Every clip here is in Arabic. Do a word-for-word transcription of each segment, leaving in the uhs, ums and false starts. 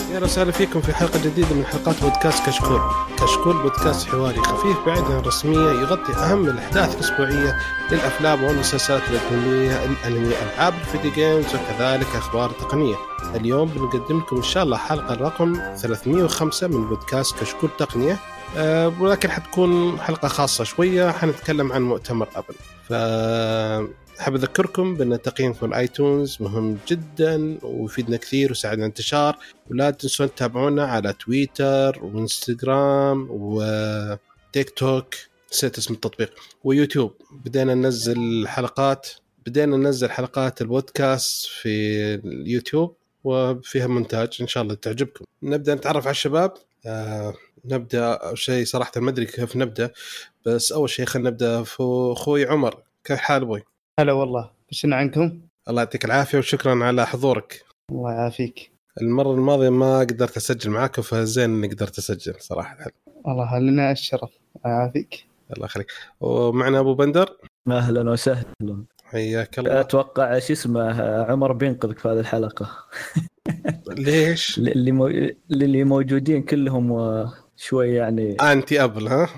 يا رسالة فيكم في حلقة جديدة من حلقات بودكاست كشكول. كشكول بودكاست حواري خفيف بعيد عن الرسمية، يغطي أهم الأحداث الأسبوعية للأفلام والمسلسلات الأجنبية، الأنمي، ألعاب الفيديو جيمز، وكذلك أخبار تقنية. اليوم بنقدم لكم إن شاء الله حلقة رقم ثلاثمية وخمسة من بودكاست كشكول تقنية، أه ولكن حتكون حلقة خاصة شوية، حنتكلم عن مؤتمر أبل. ف أحب أذكركم بأن تقييمكم ايتونز مهم جدا ويفيدنا كثير ويساعدنا انتشار، ولا تنسون تتابعونا على تويتر وإنستغرام وتيك توك، نسيت اسم التطبيق، ويوتيوب. بدينا ننزل حلقات بدينا ننزل حلقات البودكاست في اليوتيوب وفيها مونتاج، إن شاء الله تعجبكم. نبدأ نتعرف على الشباب. آه نبدأ شيء صراحة ما أدري كيف نبدأ، بس أول شيء خلينا نبدأ في أخوي عمر. كيف حال أبوي؟ هلا والله، بشنا عنكم؟ الله يعطيك العافية وشكرا على حضورك. الله يعافيك. المرة الماضية ما قدرت أسجل معاك، فزين إني قدرت أسجل صراحة. الله لنا الشرف. الله يعافيك. الله يخليك. ومعنا أبو بندر. أهلا وسهلا. حياك الله. أتوقع شو اسمه عمر بينقذك في هذه الحلقة. ليش؟ اللي مو... اللي موجودين كلهم شوي يعني أنتي أبل ها.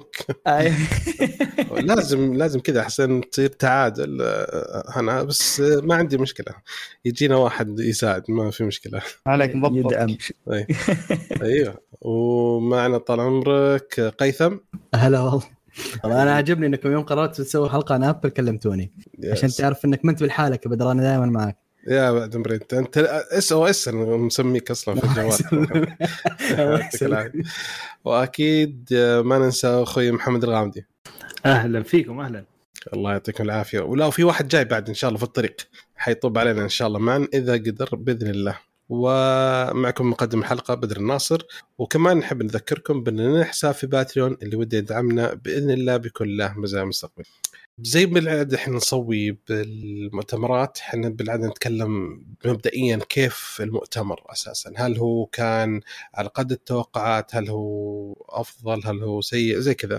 لازم لازم كذا أحسن تصير تعادل. أنا بس ما عندي مشكلة، يجينا واحد يساعد ما في مشكلة. عليك مضبط. يدعم. أيوه. ومعنا طال عمرك قيثم. هلا والله. والله أنا عجبني إنكم يوم قررت تسوي حلقة عن أبل كلمتوني عشان تعرف إنك منت بالحالك بدر، أنا دائما معك يا بعد مريت انت اس او اس انا مسميك اصلا في الجوال. واكيد ما ننسى اخوي محمد الغامدي. اهلا فيكم. اهلا. الله يعطيكم العافيه. ولا في واحد جاي بعد ان شاء الله في الطريق حيطب علينا ان شاء الله معا اذا قدر باذن الله. ومعكم مقدم الحلقه بدر الناصر. وكمان نحب نذكركم بان لنا حساب في باتريون اللي ودي يدعمنا باذن الله بكل له مزايا مستقبل. زي بالعادة احنا نسوي بالمؤتمرات، احنا بالعادة نتكلم مبدئيا كيف المؤتمر أساسا، هل هو كان على قد التوقعات، هل هو أفضل، هل هو سيء، زي كذا.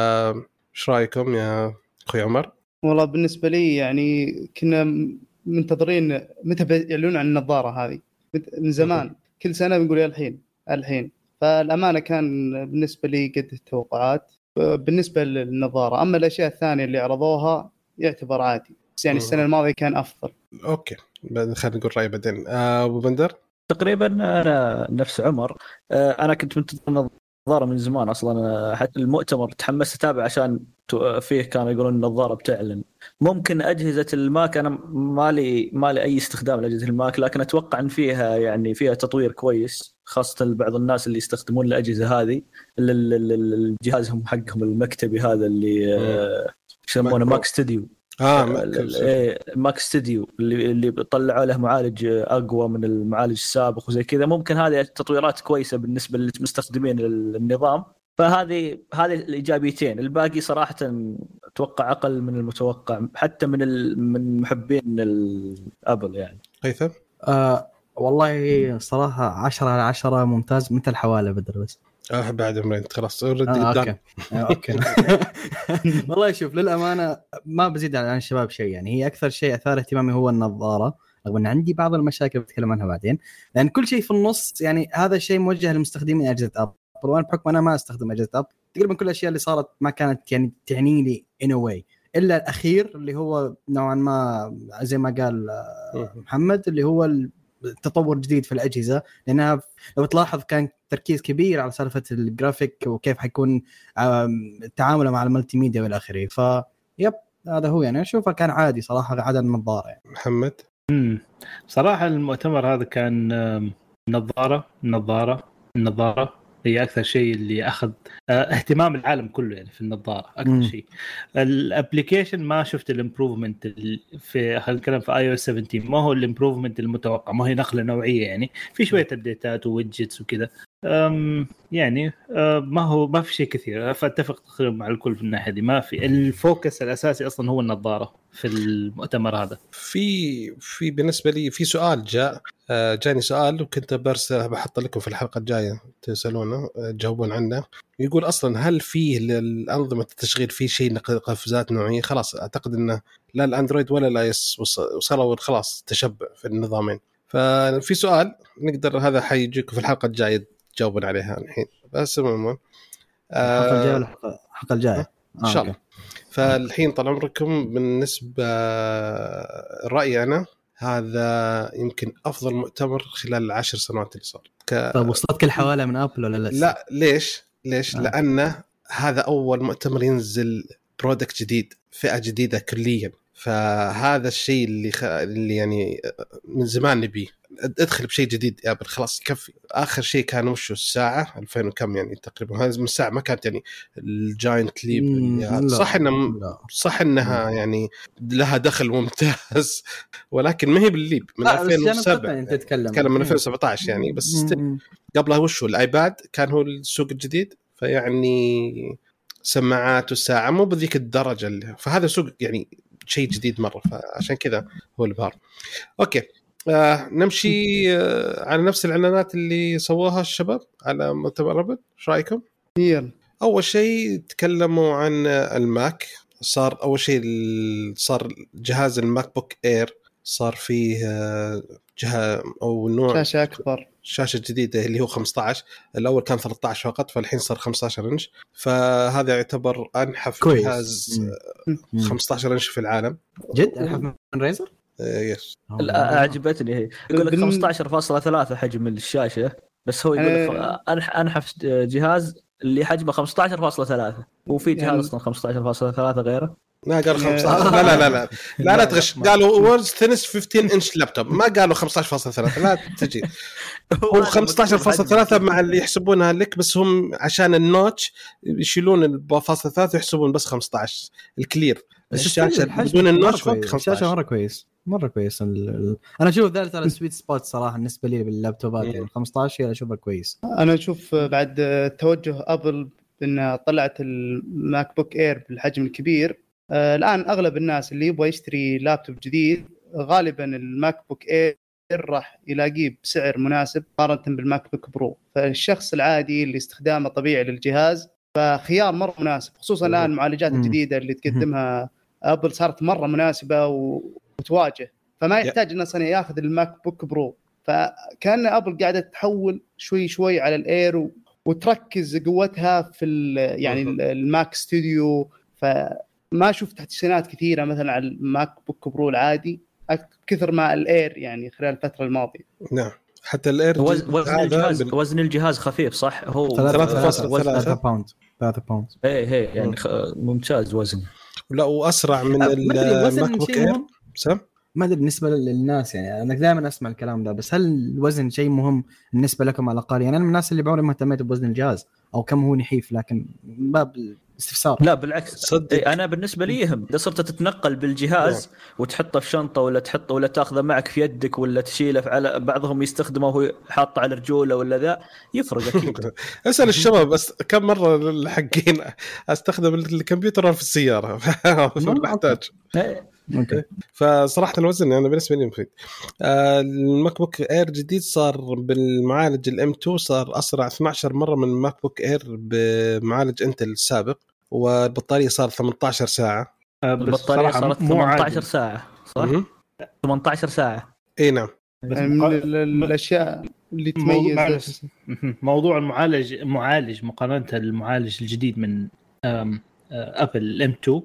فايش رأيكم يا أخوي عمر؟ والله بالنسبة لي يعني كنا منتظرين متى يعلنون عن النظارة هذه من زمان، كل سنة بنقول يا الحين الحين. فالأمانة كان بالنسبة لي قد التوقعات بالنسبة للنظارة. أما الأشياء الثانية اللي عرضوها يعتبر عادي، بس يعني السنة الماضية كان أفضل. أوكي، خلينا نقول رأي بعدين. أبو بندر. تقريبا أنا نفس عمر. أنا كنت منتظر النظارة من زمان أصلا، حتى المؤتمر تحمست أتابع عشان فيه كانوا يقولون النظارة بتعلن. ممكن أجهزة الماك أنا مالي مالي أي استخدام لأجهزة الماك، لكن أتوقع أن فيها يعني فيها تطوير كويس، خاصة لبعض الناس اللي يستخدمون الأجهزة هذه، الجهازهم حقهم المكتبي هذا اللي يسمونه ماك ستوديو. آه ماك ستوديو اللي اللي طلعوا له معالج أقوى من المعالج السابق وزي كذا. ممكن هذه تطويرات كويسة بالنسبة للمستخدمين النظام. فهذه هذه الإيجابيتين. الباقي صراحة أتوقع أقل من المتوقع حتى من من محبين الأبل يعني. هيثم. آه والله صراحة عشرة على عشرة ممتاز مثل حوالة بدر. بس آه بعد ما انت خلاص ردي آه قدام. أوكي. أوكي. والله شوف للأمانة ما بزيد عن الشباب شيء، يعني هي أكثر شيء أثار اهتمامي هو النظارة، رغم أن عندي بعض المشاكل بتكلم عنها بعدين، لأن كل شيء في النص يعني هذا الشيء موجه للمستخدمين أجهزة أبل. وأنا بحكم أنا ما أستخدم أجهزة أبل، تقريبا كل الأشياء اللي صارت ما كانت يعني تعني لي in a way، إلا الأخير اللي هو نوعا ما زي ما قال محمد اللي هو التطور جديد في الأجهزة، لأنها لو تلاحظ كان تركيز كبير على سالفة الجرافيك وكيف حيكون التعامل مع الملتي ميديا والآخرين. فيب هذا هو يعني أشوفه كان عادي صراحة عدا النظارة يعني. محمد. امم صراحة المؤتمر هذا كان نظارة نظارة النظارة هي أكثر شيء اللي أخذ اهتمام العالم كله يعني في النظارة أكثر م. شيء. الابليكيشن ما شفت الامبروفمنت في خلينا نتكلم في اي او اس سبعتاشر، ما هو الامبروفمنت المتوقع، ما هي نقلة نوعية يعني، في شوية ابديتات وويدجتس وكذا يعني ما هو ما في شيء كثير. فاتفق تقريبا مع الكل في الناحية دي. ما في الفوكس الأساسي أصلا هو النظارة في المؤتمر هذا. في في بالنسبة لي في سؤال جاء جاني سؤال وكنت برسل بحط لكم في الحلقة الجاية تسألونه تجاوبون عنه. يقول أصلا هل فيه للأنظمة التشغيل في شيء قفزات نوعية؟ خلاص أعتقد أنه لا الأندرويد ولا الآي إس وصلوا خلاص تشبع في النظامين. ففي سؤال نقدر هذا حيجيكم في الحلقه الجايه تجاوبون عليها الحين بس عموما الحلقه الجايه ولا الحلقه الجايه ان شاء الله. فالحين طال عمركم بالنسبه رايي انا هذا يمكن افضل مؤتمر خلال العشر سنوات اللي صار. ك... طيب وصلت كل حواله من ابل ولا لسه؟ لا ليش ليش آه. لان هذا اول مؤتمر ينزل برودكت جديد فئه جديده كليا. فهذا الشيء اللي خ... اللي يعني من زمان نبيه ادخل بشيء جديد يا ابل خلاص يكفي. اخر شيء كان وشو الساعه ألفين وكم يعني تقريبا هذا من الساعه ما كانت يعني الجاينت ليب صح انه صح انها يعني لها دخل ممتاز ولكن ما هي بالليب من ألفين وسبعة انت تتكلم تتكلم من ألفين وسبعة عشر يعني بس قبلها وشو الايباد كان هو السوق الجديد. فيعني سماعات والساعه مو بذيك الدرجه اللي فهذا سوق يعني شيء جديد مره فعشان كذا هو البار. اوكي آه نمشي آه على نفس الإعلانات اللي سووها الشباب على مؤتمر أبل. ايش رايكم؟ يلا اول شيء تكلموا عن الماك. صار اول شيء صار جهاز الماك بوك اير صار فيه آه جهاز او نوع شاشه اكبر شاشه جديده اللي هو خمسة عشر. الاول كان ثلاثة عشر فقط فالحين صار خمسة عشر انش. فهذا يعتبر انحف كويس. جهاز خمسة عشر انش في العالم جد انحف من ريزر. يس أعجبتني هي يقول لك خمسة عشر فاصلة ثلاثة حجم الشاشة بس هو يقول لك أنحف جهاز اللي حجمه خمسة عشر فاصلة ثلاثة وفي جهاز أصلا خمسة عشر فاصلة ثلاثة غيره. ما قالوا خمسة عشر لا لا لا لا لا لا تغش قالوا وورز ثينست خمسة عشر انش لابتوب ما قالوا خمسة عشر فاصلة ثلاثة لا تجي هو خمسة عشر فاصلة ثلاثة مع اللي يحسبونها لك بس هم عشان النوتش يشيلون الفاصلة ثلاثة ويحسبون بس خمسة عشر الكلير الشاشة بدون النوتش فوق الشاشة مرة كويس مرة كويس. ال... أنا أشوف ذلك على السويت سبوت صراحة بالنسبة لي باللابتوبات يعني خمسة عشر أشوفه كويس. أنا أشوف بعد توجه أبل إن طلعت الماك بوك إير بالحجم الكبير. آه الآن أغلب الناس اللي يبغى يشتري لابتوب جديد غالبا الماك بوك إير راح يلاقيه بسعر مناسب مقارنة بالماك بوك برو. فالشخص العادي اللي استخدامه طبيعي للجهاز فخيار مرة مناسب خصوصا الآن المعالجات الجديدة اللي تقدمها أبل صارت مرة مناسبة وتواجه فما يحتاج إنه صنع ياخذ الماك بوك برو. فكان أبل قاعدة تحول شوي شوي على الإير وتركز قوتها في يعني الماك ستوديو. فما شفت تحسينات كثيرة مثلا على الماك بوك برو العادي كثر ما الإير يعني خلال الفترة الماضية. نعم حتى الإير وز... وزن الجهاز بال... وزن الجهاز خفيف صح هو ثلاثة باوند ثلاثة باوند ايه هي يعني خ... ممتاز وزن لا وأسرع من الماك بوك إير. سام ما أدري بالنسبة للناس يعني أنا دائما أسمع الكلام ده بس هل الوزن شيء مهم بالنسبة لكم على الأقل؟ يعني أنا من الناس اللي بعمري ما اهتميت بوزن الجهاز أو كم هو نحيف لكن باب استفسار. لا بالعكس إيه أنا بالنسبة لي يهم إذا صرت تتنقل بالجهاز وتحطه في شنطة ولا تحطه ولا تأخذه معك في يدك ولا تشيله على بعضهم يستخدمه وهو حاطه على رجوله ولا ذا يفرق أكيد. أسأل الشباب بس كم مرة الحقين أستخدم الكمبيوتر في السيارة محتاج ممكن. فصراحة الوزن أنا بالنسبة لي مفيد. آه الماك بوك إير جديد صار بالمعالج الام تو صار أسرع اثنا عشر مرة من الماك بوك إير بمعالج انتل السابق والبطارية صار ثمانية عشر ساعة. آه البطارية صارت ثمانية عشر ساعة صح؟ ثمانية عشر ساعة اي نعم. من الأشياء اللي تميز موضوع المعالج معالج مقارنة المعالج الجديد من أبل الام تو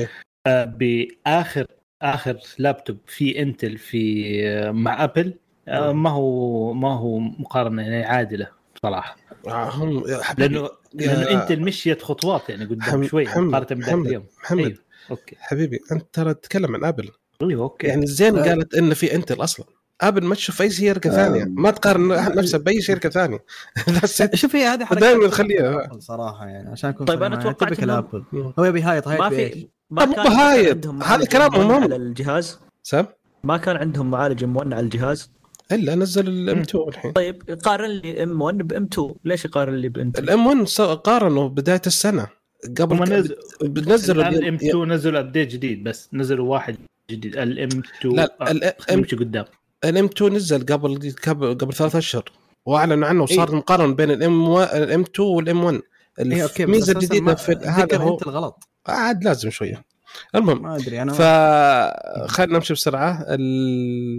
بآخر آخر لابتوب في انتل في مع أبل ما هو ما هو مقارنة يعني عادلة بصراحة. هم لأنه لأنه انتل مشيت خطوات يعني قدام شوي مقارنة بذاك اليوم. محمد أيوه. أوكي حبيبي أنت ترى تتكلم عن أبل. أيوه أوكي يعني زين أه. قالت إن في انتل أصلا أبل ما تشوف أي شركة أه. ثانية ما تقارن نفسها بأي شركة ثانية. شوف هي هذه دائما تخليها صراحة يعني عشان كنت طيب أنا توقعت الأبل هو يبي هايط هايط ما في ما كان عندهم هذا كلام مهم على الجهاز سام ما كان عندهم معالج ام واحد على الجهاز الا نزل الام اثنين الحين. طيب قارن لي ام واحد بام اثنين ليش يقارن لي بام اثنين؟ الام واحد قارنوا بداية السنة قبل نزل بنزلوا الام اثنين نزلوا ابديت جديد بس نزلوا واحد جديد الام اثنين لا الام قدام الام اثنين نزل قبل قبل ثلاثة اشهر واعلنوا عنه وصار إيه؟ مقارنة بين الام الام اثنين والام واحد. الميزة الجديدة في هذا هو الغلط عاد لازم شوية. المهم ما ادري انا فخلنا نمشي بسرعه.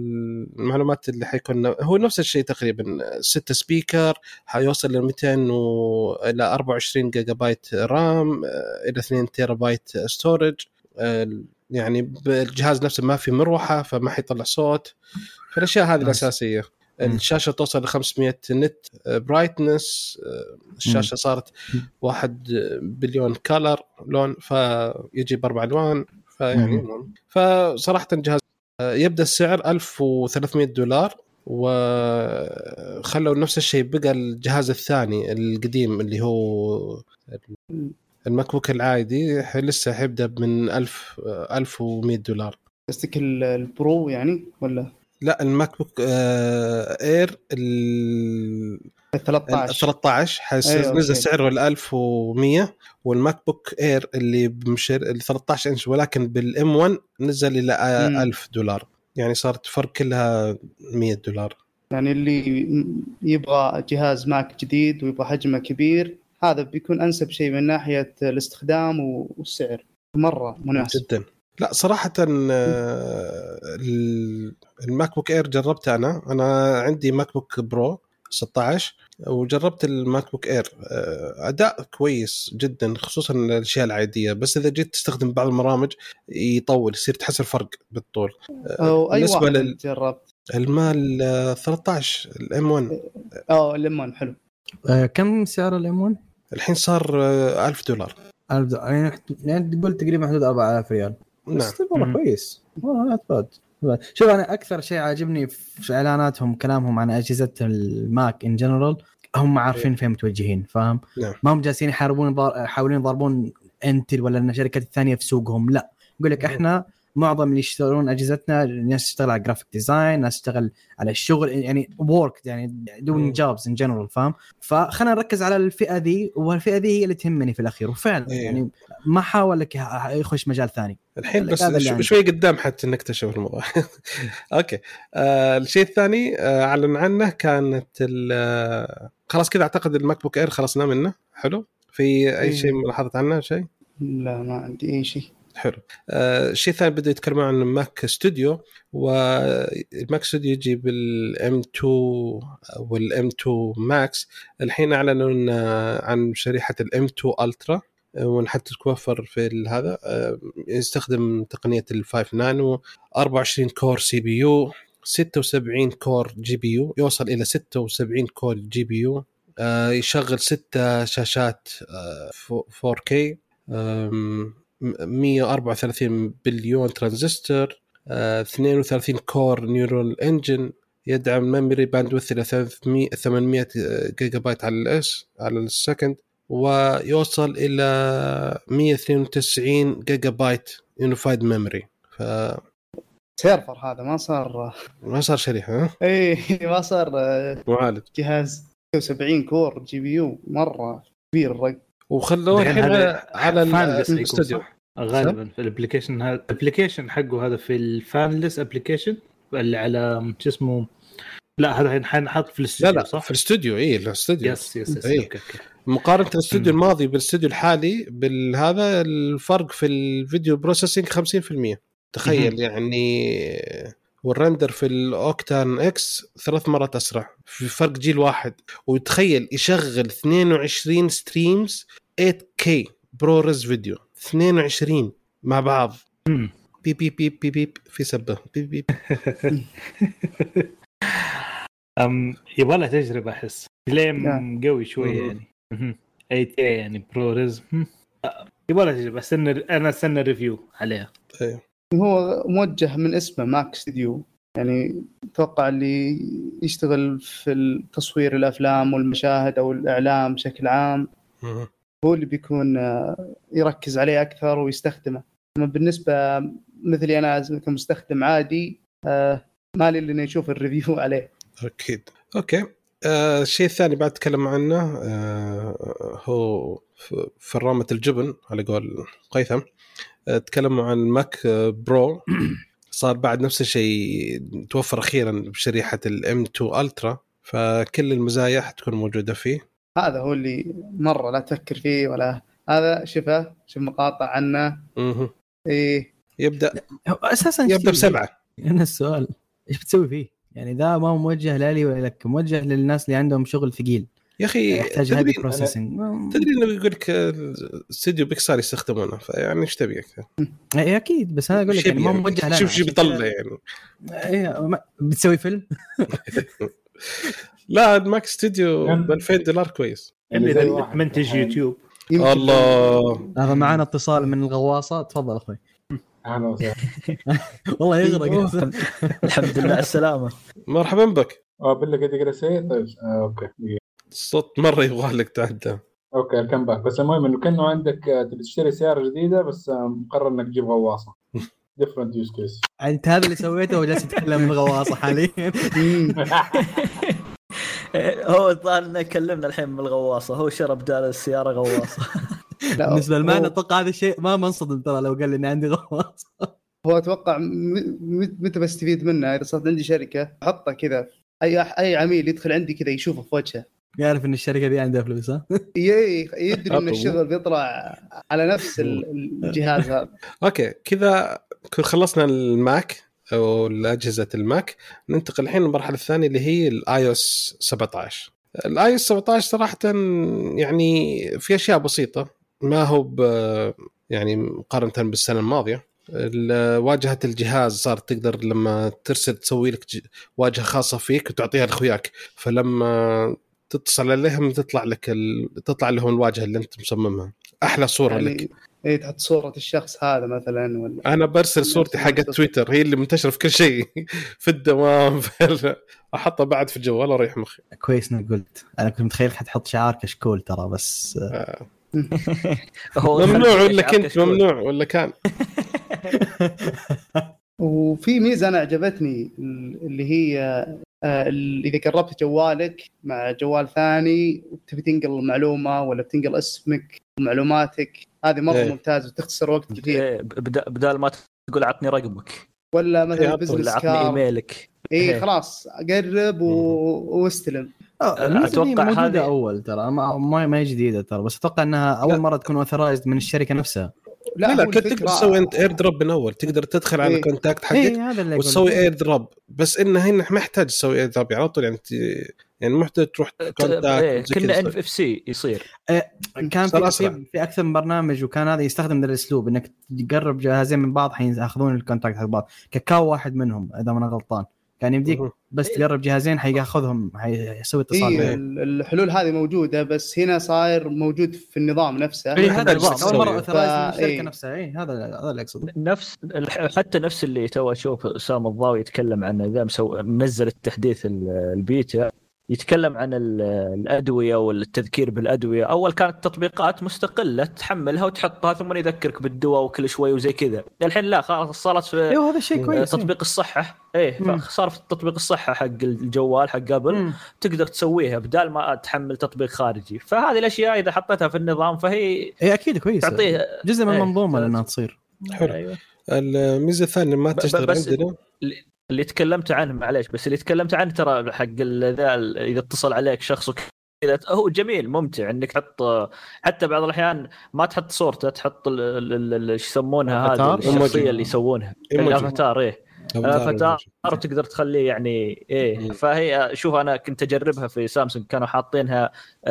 المعلومات اللي حيكون هو نفس الشيء تقريبا، ستة سبيكر حيوصل ل مئتين و... إلى أربعة وعشرين جيجا بايت رام، إلى اثنين تيرا بايت ستورج. يعني بالجهاز نفسه ما في مروحة فما حيطلع صوت، فالأشياء هذه الأساسية. الشاشة توصل ل خمسمية نت برايتنس، الشاشة صارت واحد بليون كالر لون، فيجي بأربع ألوان، فيعني فصراحة الجهاز يبدأ السعر ألف وثلاثمية دولار، وخلوا نفس الشيء بقى الجهاز الثاني القديم اللي هو الماك بوك العادي لسه حيبدأ من ألف ألف ومية دولار. قصدك البرو يعني ولا؟ لا الماك بوك اير ال ثلاثة عشر حينزل سعره ال ألف ومية، والماك بوك اير اللي بمشر ال ثلاثة عشر انش ولكن بالام واحد نزل الى ألف دولار، يعني صارت فرق كلها مية دولار. يعني اللي يبغى جهاز ماك جديد ويبغى حجمه كبير هذا بيكون انسب شيء من ناحيه الاستخدام والسعر، مره مناسب جدا. لا صراحة الماك بوك اير جربته أنا أنا عندي ماك بوك برو ستة عشر وجربت الماك بوك اير، أداء كويس جدا خصوصا الأشياء العادية، بس إذا جيت تستخدم بعض البرامج يطول، يصير تحس الفرق بالطول. بالنسبة لل جربت المال ثلاثة عشر الام واحد. اه الام واحد حلو. آه كم سعر الام واحد الحين؟ صار ألف دولار. ألف دولار يعني تقول تقريبا حدود أربعة آلاف ريال. نعم والله كويس والله أتفاد. شوف أنا أكثر شيء عاجبني في إعلاناتهم كلامهم عن أجهزة الماك إن جنرال، هم عارفين فين متوجهين، فاهم؟ نعم. ما هم جالسين يحاربون يحاولون يضربون انتل ولا الشركات الثانية في سوقهم، لا يقول لك إحنا معظم اللي يشتغلون أجهزتنا ناس تشتغل على جرافيك ديزاين، ناس تشتغل على الشغل يعني work يعني doing jobs in general، فاهم؟ فخلنا نركز على الفئة ذي، والفئة ذي هي اللي تهمني في الأخير، وفعلا إيه. يعني ما حاول لك يخش مجال ثاني الحين، بس شو شوي قدام حتى نكتشف الموضوع. أوكي. آه الشيء الثاني آه أعلن عنه كانت خلاص كذا أعتقد الماك بوك إير خلصنا منه. حلو. في أي إيه. شيء ملاحظت عنه شيء؟ لا ما عندي أي شيء. حلو. آه الشيء الثاني بدأ يتكلم عن ماك ستوديو، والماك ستوديو يجي بالام اثنين والام اثنين ماكس. الحين اعلنوا عن شريحه الام اثنين الترا، ونحط توفر في هذا يستخدم تقنيه الفايف نانو، أربعة وعشرين كور سي بي يو، ستة وسبعين كور جي بي يو، يوصل الى ستة وسبعين كور جي بي يو، يشغل ستة شاشات فور كي، مية وأربعة وثلاثين بليون ترانزستور، اثنين وثلاثين كور نيورال انجن، يدعم ميموري باندويث الى ثمانمية جيجا بايت على الاس على السكند، ويوصل الى مية واثنين وتسعين جيجا بايت يونيفايد ميموري. ف سيرفر هذا ما صار ما صار شريحه. اي ما صار معالج، جهاز ستة وسبعين كور جي بي يو، مره كبير الرقم. وخلوه الحين على الاستوديو غالبا في الابلكيشن. هذا الابلكيشن حقه هذا في الفانلس ابلكيشن اللي على شو اسمه، لا هذا حنحط في الاستوديو. لا صح في الاستوديو. ايه الاستوديو يس يس, يس. أيه. أوكي. أوكي. مقارنه الاستوديو الماضي بالاستوديو الحالي بالهذا الفرق في الفيديو بروسيسنج خمسين بالمية. تخيل يعني، والرندر في الاوكتان اكس ثلاث مرات اسرع في فرق جيل واحد. وتخيل يشغل اثنين وعشرين ستريمز ثمانية كي برورز فيديو اثنين وعشرين مع بعض. مم. بي بي بي بي بي في سبه بي بي ام يبغى له تجربه احس كليم قوي شويه يعني. اي تي يعني برورز يبغى له تجربه. استنى انا استنى ريفيو عليها. ايوه هو موجه من اسمه ماك ستوديو، يعني اتوقع اللي يشتغل في التصوير الافلام والمشاهد او الاعلام بشكل عام هو اللي بيكون يركز عليه اكثر ويستخدمه. اما بالنسبه مثلي انا كمستخدم عادي ما لي اللي نشوف الريفيو عليه. اكيد. اوكي. آه الشيء الثاني بعد اتكلم عنه آه هو في رامة الجبن على قول قيثم. آه تكلموا عن ماك برو. صار بعد نفس الشيء توفر اخيرا بشريحه الام اثنين الترا، فكل المزايا حتكون موجوده فيه. هذا هو اللي مره لا تفكر فيه ولا هذا. شفه شوف مقاطع عنه. اها ايه يبدا اساسا يبدا بسبعه. انا السؤال ايش بتسوي فيه؟ يعني ذا ما هو موجه لي ولا لك، موجه للناس اللي عندهم شغل ثقيل يا اخي يحتاج هذه بروسيسنج. تدري انه يقول لك استوديو بيكسار يستخدمونه، فيعني ايش تبي اكثر؟ اي اكيد، بس انا اقول لك يعني ما موجه لنا. شوف شو بيطلع يعني. اي بتسوي فيلم لا ماك استوديو ب ألفين دولار كويس اللي منتج يوتيوب. الله هذا معنا اتصال من الغواصه، تفضل اخوي. اهلا وسهلا. والله يغرق. الحمد لله على السلامه. مرحبا بك. اه بالله قد اقرا سيء. طيب آه اوكي الصوت مره يبغى لك تعدى. اوكي الكم باك. بس المهم انه كانه عندك تبي تشتري سياره جديده بس مقرر انك تجيب غواصه ديفرنت يوز كيس. انت هذا اللي سويته وجالس تتكلم من الغواصه حاليا؟ هو طالنا كلمنا الحين من الغواصه، هو شرب بدال السياره غواصه. بالنسبه للمعنى اتوقع هذا الشيء ما منصدم ترى لو قال لي اني عندي غواصه. هو اتوقع متى بستفيد منها اذا صارت عندي شركه احطها كذا، اي اي عميل يدخل عندي كذا يشوفه في وجهه يعرف ان الشركه دي عندها فلوس. ها يدري ان الشغل بيطلع على نفس الجهاز هذا. اوكي كذا خلصنا الماك او اجهزه الماك، ننتقل الحين للمرحله الثانيه اللي هي الاي او اس سبعة عشر. الاي او اس سبعة عشر صراحه يعني في اشياء بسيطه، ما هو يعني مقارنه بالسنه الماضيه. واجهه الجهاز صارت تقدر لما ترسل تسوي لك واجهه خاصه فيك وتعطيها لاخوياك، فلما تتصل عليهم تطلع لك ال... تطلع لهم الواجهه اللي انت مصممها، احلى صوره يعني لك. اي تحط صوره الشخص هذا مثلا، ولا انا برسل صورتي حق تويتر هي اللي منتشره في كل شيء في الدوام، احطها بعد في الجوال اريح مخي. كويس انك قلت، انا كنت متخيل حتحط شعار كشكول ترى بس آه. ممنوع ولا كنت ممنوع ولا كان. وفي ميزه انا عجبتني اللي هي اذا قربت جوالك مع جوال ثاني وتبي تنقل معلومه ولا بتنقل اسمك ومعلوماتك، هذه مره إيه. ممتازه وتختصر وقت كثير. إيه. بدال ما تقول عطني رقمك ولا مثلا بزنس كارد عطني ايميلك، اي إيه. خلاص قرب و... واستلم. اتوقع هذا اول ترى ما ما جديده ترى، بس اتوقع انها اول لا. مره تكون اوثرايزد من الشركه نفسها. لا لا, لا كنت تقدر تسوي انت اير دروب من اول، تقدر تدخل على الكونتاكت حقك إيه وتسوي اير دروب، بس انه هنا محتاج تسوي اير دروب على طول، يعني يعني محتاج تروح كونتاكت إيه. كنا ان اف سي يصير إيه. كان في, في في اكثر من برنامج وكان هذا يستخدم ذا الاسلوب انك تقرب جهازين من بعض حياخذون الكونتاكت حق بعض. كاكاو واحد منهم اذا ما انا غلطان، كان يمديك بس تقرب جهازين حياخذهم حيسوي اتصال. إيه الحلول هذه موجوده، بس هنا صاير موجود في النظام نفسه. إيه هذا اول مره ثلاث الشركه إيه. نفسها. اي هذا هذا اللي اقصده. نفس حتى نفس اللي تو اشوف اسامه الضاوي يتكلم عنه، اذا مسوي منزل التحديث البيتا يتكلم عن الأدوية والتذكير بالأدوية. أول كانت تطبيقات مستقلة تحملها وتحطها ثم يذكرك بالدواء وكل شوي وزي كذا. الحين لا، خلاص صارت في أيوه هذا شيء كويس. تطبيق الصحة إيه صار في تطبيق الصحة حق الجوال حق قبل تقدر تسويها بدال ما تحمل تطبيق خارجي. فهذه الأشياء إذا حطيتها في النظام فهي إيه أكيد كويس، تعطيه جزء من إيه المنظومة لأنها تصير حلو. أيوه. الميزة الثانية ما تشتغل عندنا اللي تكلمت عنه معليش، بس اللي تكلمت عنه ترى حق ذا اذا اتصل عليك شخص كذا هو جميل ممتع انك تحط حتى بعض الاحيان ما تحط صورته، تحط ايش يسمونها هذه الشخصيه اللي يسوونها الافاتار. ايه الافاتار تقدر تخليه يعني ايه. فهي شوف انا كنت اجربها في سامسونج، كانوا حاطينها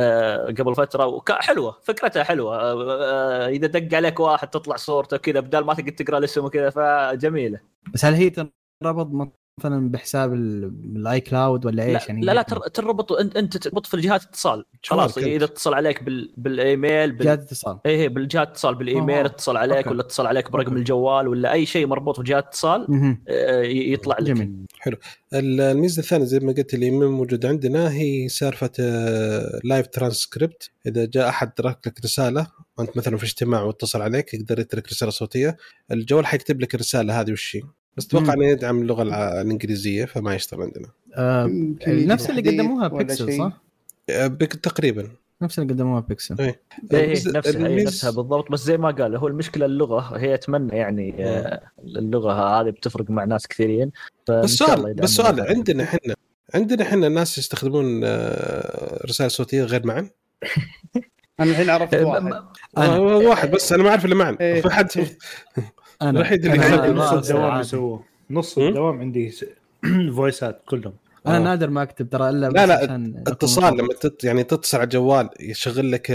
قبل فتره وحلوه، فكرتها حلوه. اذا دق عليك واحد تطلع صورته كذا بدال ما تقدر تقرا الاسم وكذا، فجميله. بس هل هي ربط مثلا بحساب الاي كلاود ولا ايش يعني؟ لا لا تربط انت انت تربط في الجهات اتصال خلاص. اذا اتصل عليك بال بالايميل بال... جهات اتصال اي بالجهات اتصال بالايميل اتصل عليك أوكي. ولا اتصل عليك برقم أوكي. الجوال ولا اي شيء مربوط بجهات اتصال يطلع لك. جميل. حلو. الميزه الثانيه زي ما قلت اللي موجود عندنا هي سالفه لايف ترانسكريبت. اذا جاء احد ترك لك رساله وانت مثلا في اجتماع واتصل عليك يقدر يترك رساله صوتيه، الجوال حيكتب لك الرساله هذه وش هي، بس توقع انه يدعم اللغه الانجليزيه فما يشتغل عندنا. آه نفس اللي قدموها بيكسل صح؟ تقريبا نفس اللي قدموها بيكسل. ايه نفسها الميز... نفسها بالضبط. بس زي ما قال هو المشكله اللغه، هي اتمنى يعني آه اللغه هذه بتفرق مع ناس كثيرين. بس سؤال بس سؤال عندنا احنا عندنا احنا الناس يستخدمون آه رسائل صوتيه غير معا. انا الحين عرفت واحد أنا. واحد بس انا ما اعرف الا معا. إيه. في حد انا الوحيد اللي نص الدوام يسووه. نص الدوام عندي فويسات كلهم. انا آه. نادر ما اكتب ترى الا لا لا عشان اتصال لما تت يعني تتصل على الجوال يشغل لك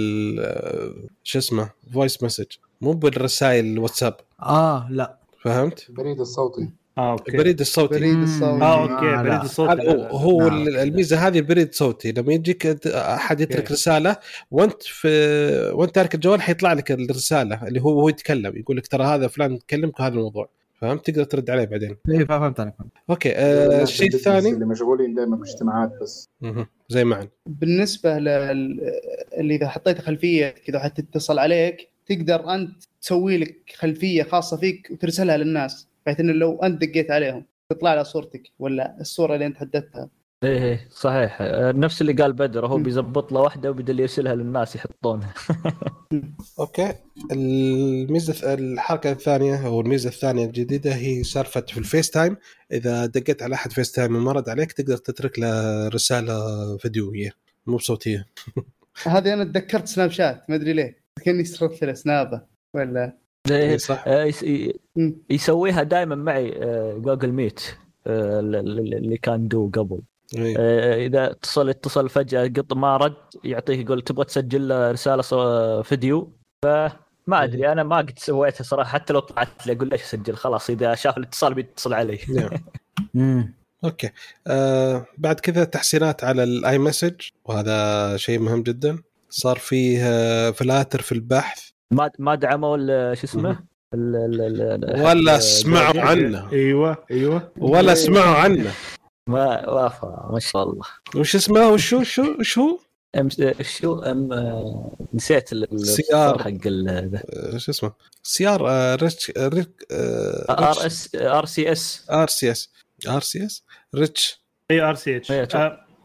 ال شو اسمه فويس مسج مو بالرسائل الواتساب. اه لا فهمت؟ البريد الصوتي. اه اوكي البريد الصوتي. بريد الصوت. اه اوكي آه، بريد لا. الصوت. هذا هو, هو لا. الميزه هذه البريد صوتي لما يجيك احد يترك أوكي. رساله وانت في وانت تارك الجوال حيطلع لك الرساله اللي هو هو يتكلم يقول لك ترى هذا فلان يكلمك هذا الموضوع. فهمت؟ تقدر ترد عليه بعدين. اي فهمت انا. اوكي آه الشيء البزنس الثاني اللي مشغولين دائما باجتماعات بس. مه. زي معن بالنسبه لل اللي اذا حطيت خلفيه كذا حتى تتصل عليك تقدر انت تسوي لك خلفيه خاصه فيك وترسلها للناس بحيث انه لو انت دقيت عليهم تطلع لها صورتك ولا الصوره اللي انت حددتها. ايه إيه، صحيح. آه، نفس اللي قال بدر، هو م. بيزبط له واحده وبدل يرسلها للناس يحطونها. اوكي الميزه الحركه الثانيه او الميزه الثانيه الجديده هي سالفه في الفيس تايم. اذا دقيت على احد فيس تايم وما رد عليك تقدر تترك له رساله فيديويه مو بصوتيه. هذه انا تذكرت سناب شات ما ادري ليه كاني صرت له سنابه ولا إيه، صح. آه، يس- ي- م. يسويها دائما معي آه، جوجل ميت آه، اللي كان دو قبل. أي. آه، اذا اتصل اتصل فجاه قط ما رد يعطيك يقول تبغى تسجل له رساله صو- فيديو. فما ادري انا ما قد سويتها صراحه، حتى لو طلعت له اقول ليش اسجل خلاص اذا شاف الاتصال بيتصل علي. نعم. امم اوكي آه بعد كذا تحسينات على الاي مسج وهذا شيء مهم جدا. صار فيه آه فلاتر في البحث ما ما دعموا ال- شو اسمه ال- ال- ال- ولا حق سمعوا جوجل. عنه ايوه ايوه ولا سمعوا عنه. ما وافا ما شاء الله. وش اسمه وشو شو وش هو ام شو ام آه، نسيت ال- ال- سيار. حق ال آه، شو اسمه سيار آه ريتش آه، ريك ار اس ار سي اس ار سي اس ار سي اس ريتش اي ار سي اتش. إيه،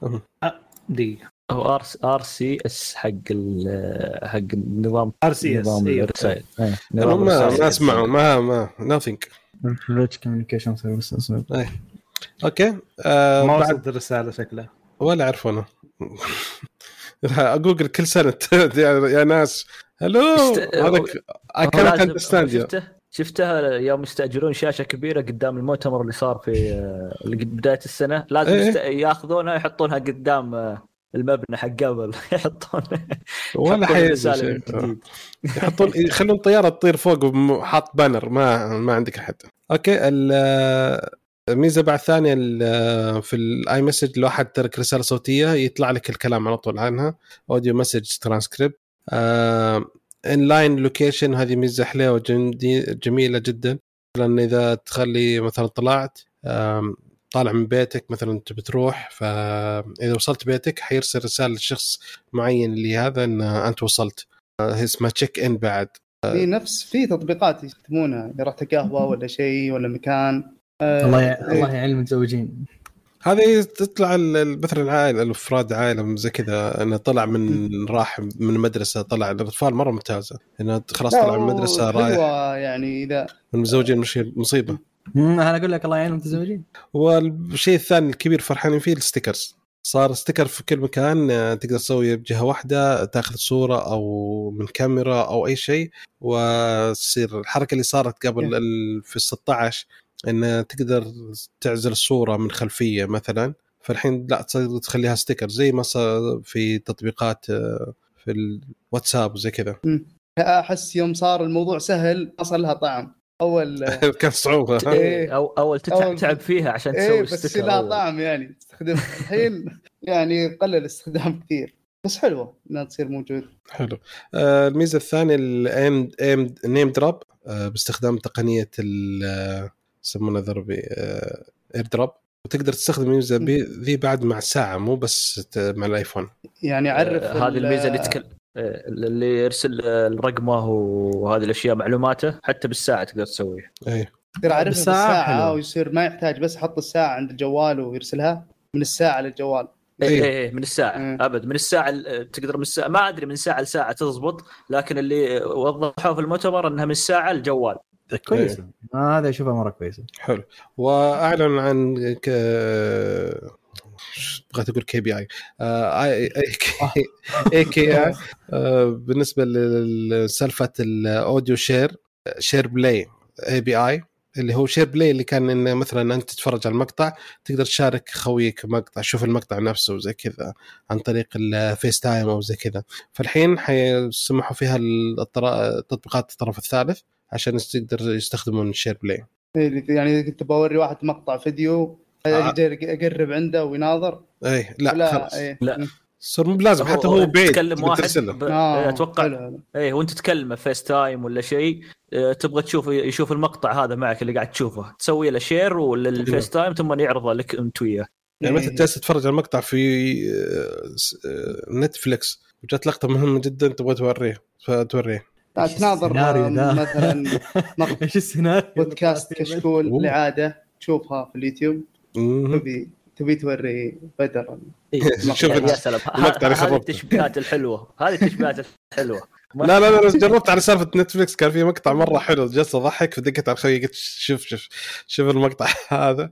دي او ار ار سي اس حق ال- حق النظام ار سي اس. نظام ايوه الرسائل. إيه، نظام ما الرسائل. ما اسمعوا ما ما nothing. ريتش كوميونيكيشن سيرفيس. اوكي آه ما بعد وصلت الرساله شكلها. ولا اعرفونه. جوجل كل سنه يا يا ناس هلو است- هذا I can't لازم- understand you. شفته شفتها يوم يستأجرون شاشة كبيرة قدام المؤتمر اللي صار في آه، اللي قد بداية السنة. لازم إيه. يست... ياخذونها يحطونها قدام آه، المبنى حق قبل. يحطون ولا يحطون حيجي الرسالة شيء. من جديد. يحطون يخلون طياره تطير فوق وحاط بانر ما ما عندك احد. اوكي الميزه بعد ثانيه ال- في الاي مسج لو احد ترك رساله صوتيه يطلع لك الكلام على طول عنها اوديو مسج ترانسكريبت. ان لاين لوكيشن هذه ميزه حلوه وجميله جدا. لان اذا تخلي مثلا طلعت آم، طالع من بيتك مثلا انت بتروح فاذا وصلت بيتك حيرسل رساله لشخص معين اللي هذا ان انت وصلت. هي اسمها تشيك ان بعد. في نفس في تطبيقات يستخدمونها اذا رحت قهوه ولا شيء ولا مكان. الله ي... الله يعين المتزوجين. هذه تطلع ال- مثلا عائله الافراد عائله زي كذا انه طلع من راح من المدرسه طلع الاطفال مره ممتازه انه خلاص طلع من المدرسه رايح يعني اذا المتزوجين مش مصيبه. امم انا اقول لك الله يعين المتزوجين. والشيء الثاني الكبير فرحانين فيه الستيكرز. صار ستيكر في كل مكان آه، تقدر تسوي بجهه واحده تاخذ صوره او من كاميرا او اي شيء وتصير الحركه اللي صارت قبل ال- في ستة عشر ان تقدر تعزل الصوره من خلفيه مثلا. فالحين لا تصير تخليها ستيكر زي ما صار في تطبيقات آه، في الواتساب وزي كذا. احس يوم صار الموضوع سهل اصل لها طعم. اول كان صعوبه. إيه، أو أول تتعب أول- تعب فيها عشان ايه تسوي بس ستيكر لها أول. طعم يعني تستخدم الحين يعني قلل استخدام كثير بس حلوه انها تصير موجود. حلو. آه، الميزه الثانيه الايم ايم نيم دروب باستخدام تقنيه ال يسمونها ضربي اير دروب وتقدر تستخدم الميزه بي- ذي بعد مع الساعه مو بس ت- مع الايفون. يعني عرف آه، هذه الميزه اللي تكل... آه، اللي يرسل آه، رقمه وهذه الاشياء معلوماته حتى بالساعه تقدر تسويها. ايه يصير عارفها بالساعة بالساعه حلوة. ويصير ما يحتاج بس يحط الساعه عند الجوال ويرسلها من الساعه للجوال. ايه إيه. ايه من الساعه مم. ابد من الساعه ال- تقدر من الساعه ما ادري من ساعه لساعه تضبط لكن اللي وضحوه في المؤتمر انها من الساعه الجوال. كويس. آه هذا اشوفه مره كويسه. حلو. واعلن عن ك... بغيت اقول كي بي اي اي كي اي بالنسبه لسالفه الاوديو شير شير بلاي اي بي اي اللي هو شير بلاي، اللي كان إن مثلا أنت تتفرج على المقطع تقدر تشارك خويك مقطع، شوف المقطع نفسه وزي كذا عن طريق الفيس تايم أو زي كذا. فالحين حيسمحوا فيها التطبيقات الطرف الثالث عشان تقدر يستخدمون الشير بلاي. يعني كنت بوري واحد مقطع فيديو أقرب عنده ويناظر. إيه لا لا خلاص إيه. لا صار مو بلازم حتى هو بعيد تتكلم واحد ب... آه. اتوقع ايه وانت تتكلم فيس تايم ولا شيء، تبغى تشوف يشوف المقطع هذا معك اللي قاعد تشوفه، تسوي له شير ولا الفيس تايم ثم يعرضه لك انت وياه. يعني مثلا جالس تتفرج على المقطع في نتفليكس وجات لقطه مهمه جدا تبغى توريه فتوريه. تناظر مثلا ايش السيناريو؟ بودكاست كشكول لعاده تشوفها في اليوتيوب، تبي تبي توري بدر. شوف يا سلام، هذه التشبيهات الحلوه، هذه التشبيهات الحلوه. لا لا لا جربت على سالفه نتفليكس، كان في مقطع مره حلو جلست اضحك فدقت على خويي قلت شوف شوف شوف المقطع هذا.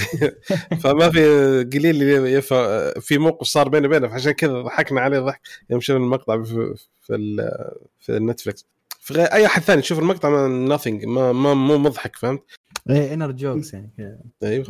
فما في قليل يف... في موقف صار بيني وبينه فعشان كذا ضحكنا عليه ضحك يوم شفنا المقطع في في, ال... في نتفليكس. في غير اي احد ثاني يشوف المقطع ما nothing ما ما مو مضحك فهمت ايه انر جوكس يعني كذا. ايوه.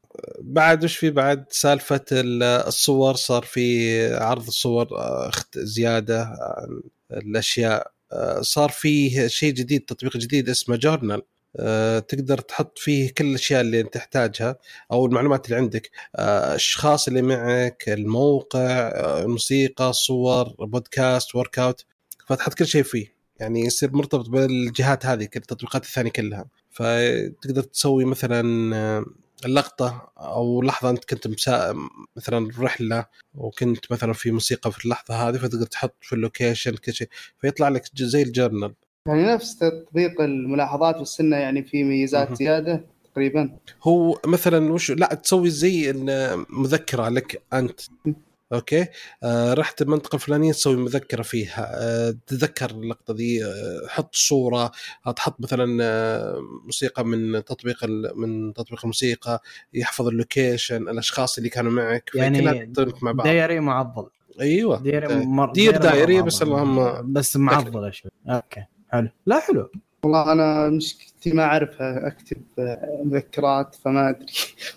بعد وش في بعد سالفه الصور، صار في عرض الصور زياده عن الاشياء، صار فيه شيء جديد، تطبيق جديد اسمه جورنال، تقدر تحط فيه كل الاشياء اللي انت تحتاجها او المعلومات اللي عندك، الاشخاص اللي معك، الموقع، الموسيقى، صور، بودكاست، ورك اوت، فتحط كل شيء فيه، يعني يصير مرتبط بالجهات هذه كل التطبيقات الثانيه كلها. فتقدر تسوي مثلا اللقطة أو لحظة أنت كنت مسا... مثلا رحلة وكنت مثلا في موسيقى في اللحظة هذه، فتقدر تحط في اللوكيشن كل شيء فيطلع لك زي الجورنال. يعني نفس تطبيق الملاحظات والسنة، يعني في ميزات زيادة تقريبا. هو مثلا وش لا تسوي زي مذكرة لك أنت اوكي آه رحت المنطقه الفلانيه تسوي مذكره فيها، آه تذكر اللقطه دي، آه حط صوره، تحط مثلا آه موسيقى من تطبيق من تطبيق الموسيقى، يحفظ اللوكيشن، الاشخاص اللي كانوا معك، يعني مع بعض دايري معضل. ايوه ديري مر... دير دايري بس اللهم بس معضله شوي. اوكي حلو. لا حلو والله انا مشكلتي ما اعرفها اكتب مذكرات فما ادري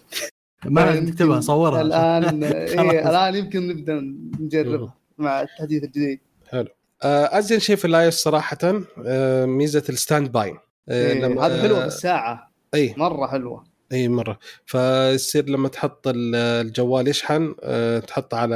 ما لازم تكتبها صورها الآن. إيه الآن يمكن نبدأ نجرب مع التحديث الجديد. حلو. أزين شيء في اللايف صراحة ميزة الستاند باي. إيه لما هذا حلوة بالساعة. أي مرة حلوة. أي مرة. فيصير لما تحط الجوال يشحن تحط على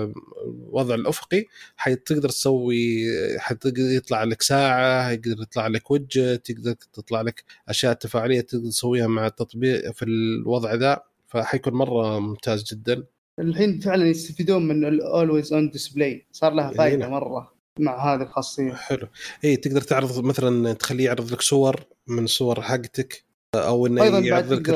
وضع الأفقي حتقدر تسوي، حيطلع لك ساعة، يقدر يطلع لك وجه، تقدر تطلع لك أشياء تفاعلية تقدر تسويها مع التطبيق في الوضع ذا، فحيكون مرة ممتاز جدا. الحين فعلا يستفيدون من ال always on display، صار لها فائدة مرة مع هذه الخاصية. حلو. إيه تقدر تعرض مثلا تخليه يعرض لك صور من صور حقتك، أو إنه يعرض لك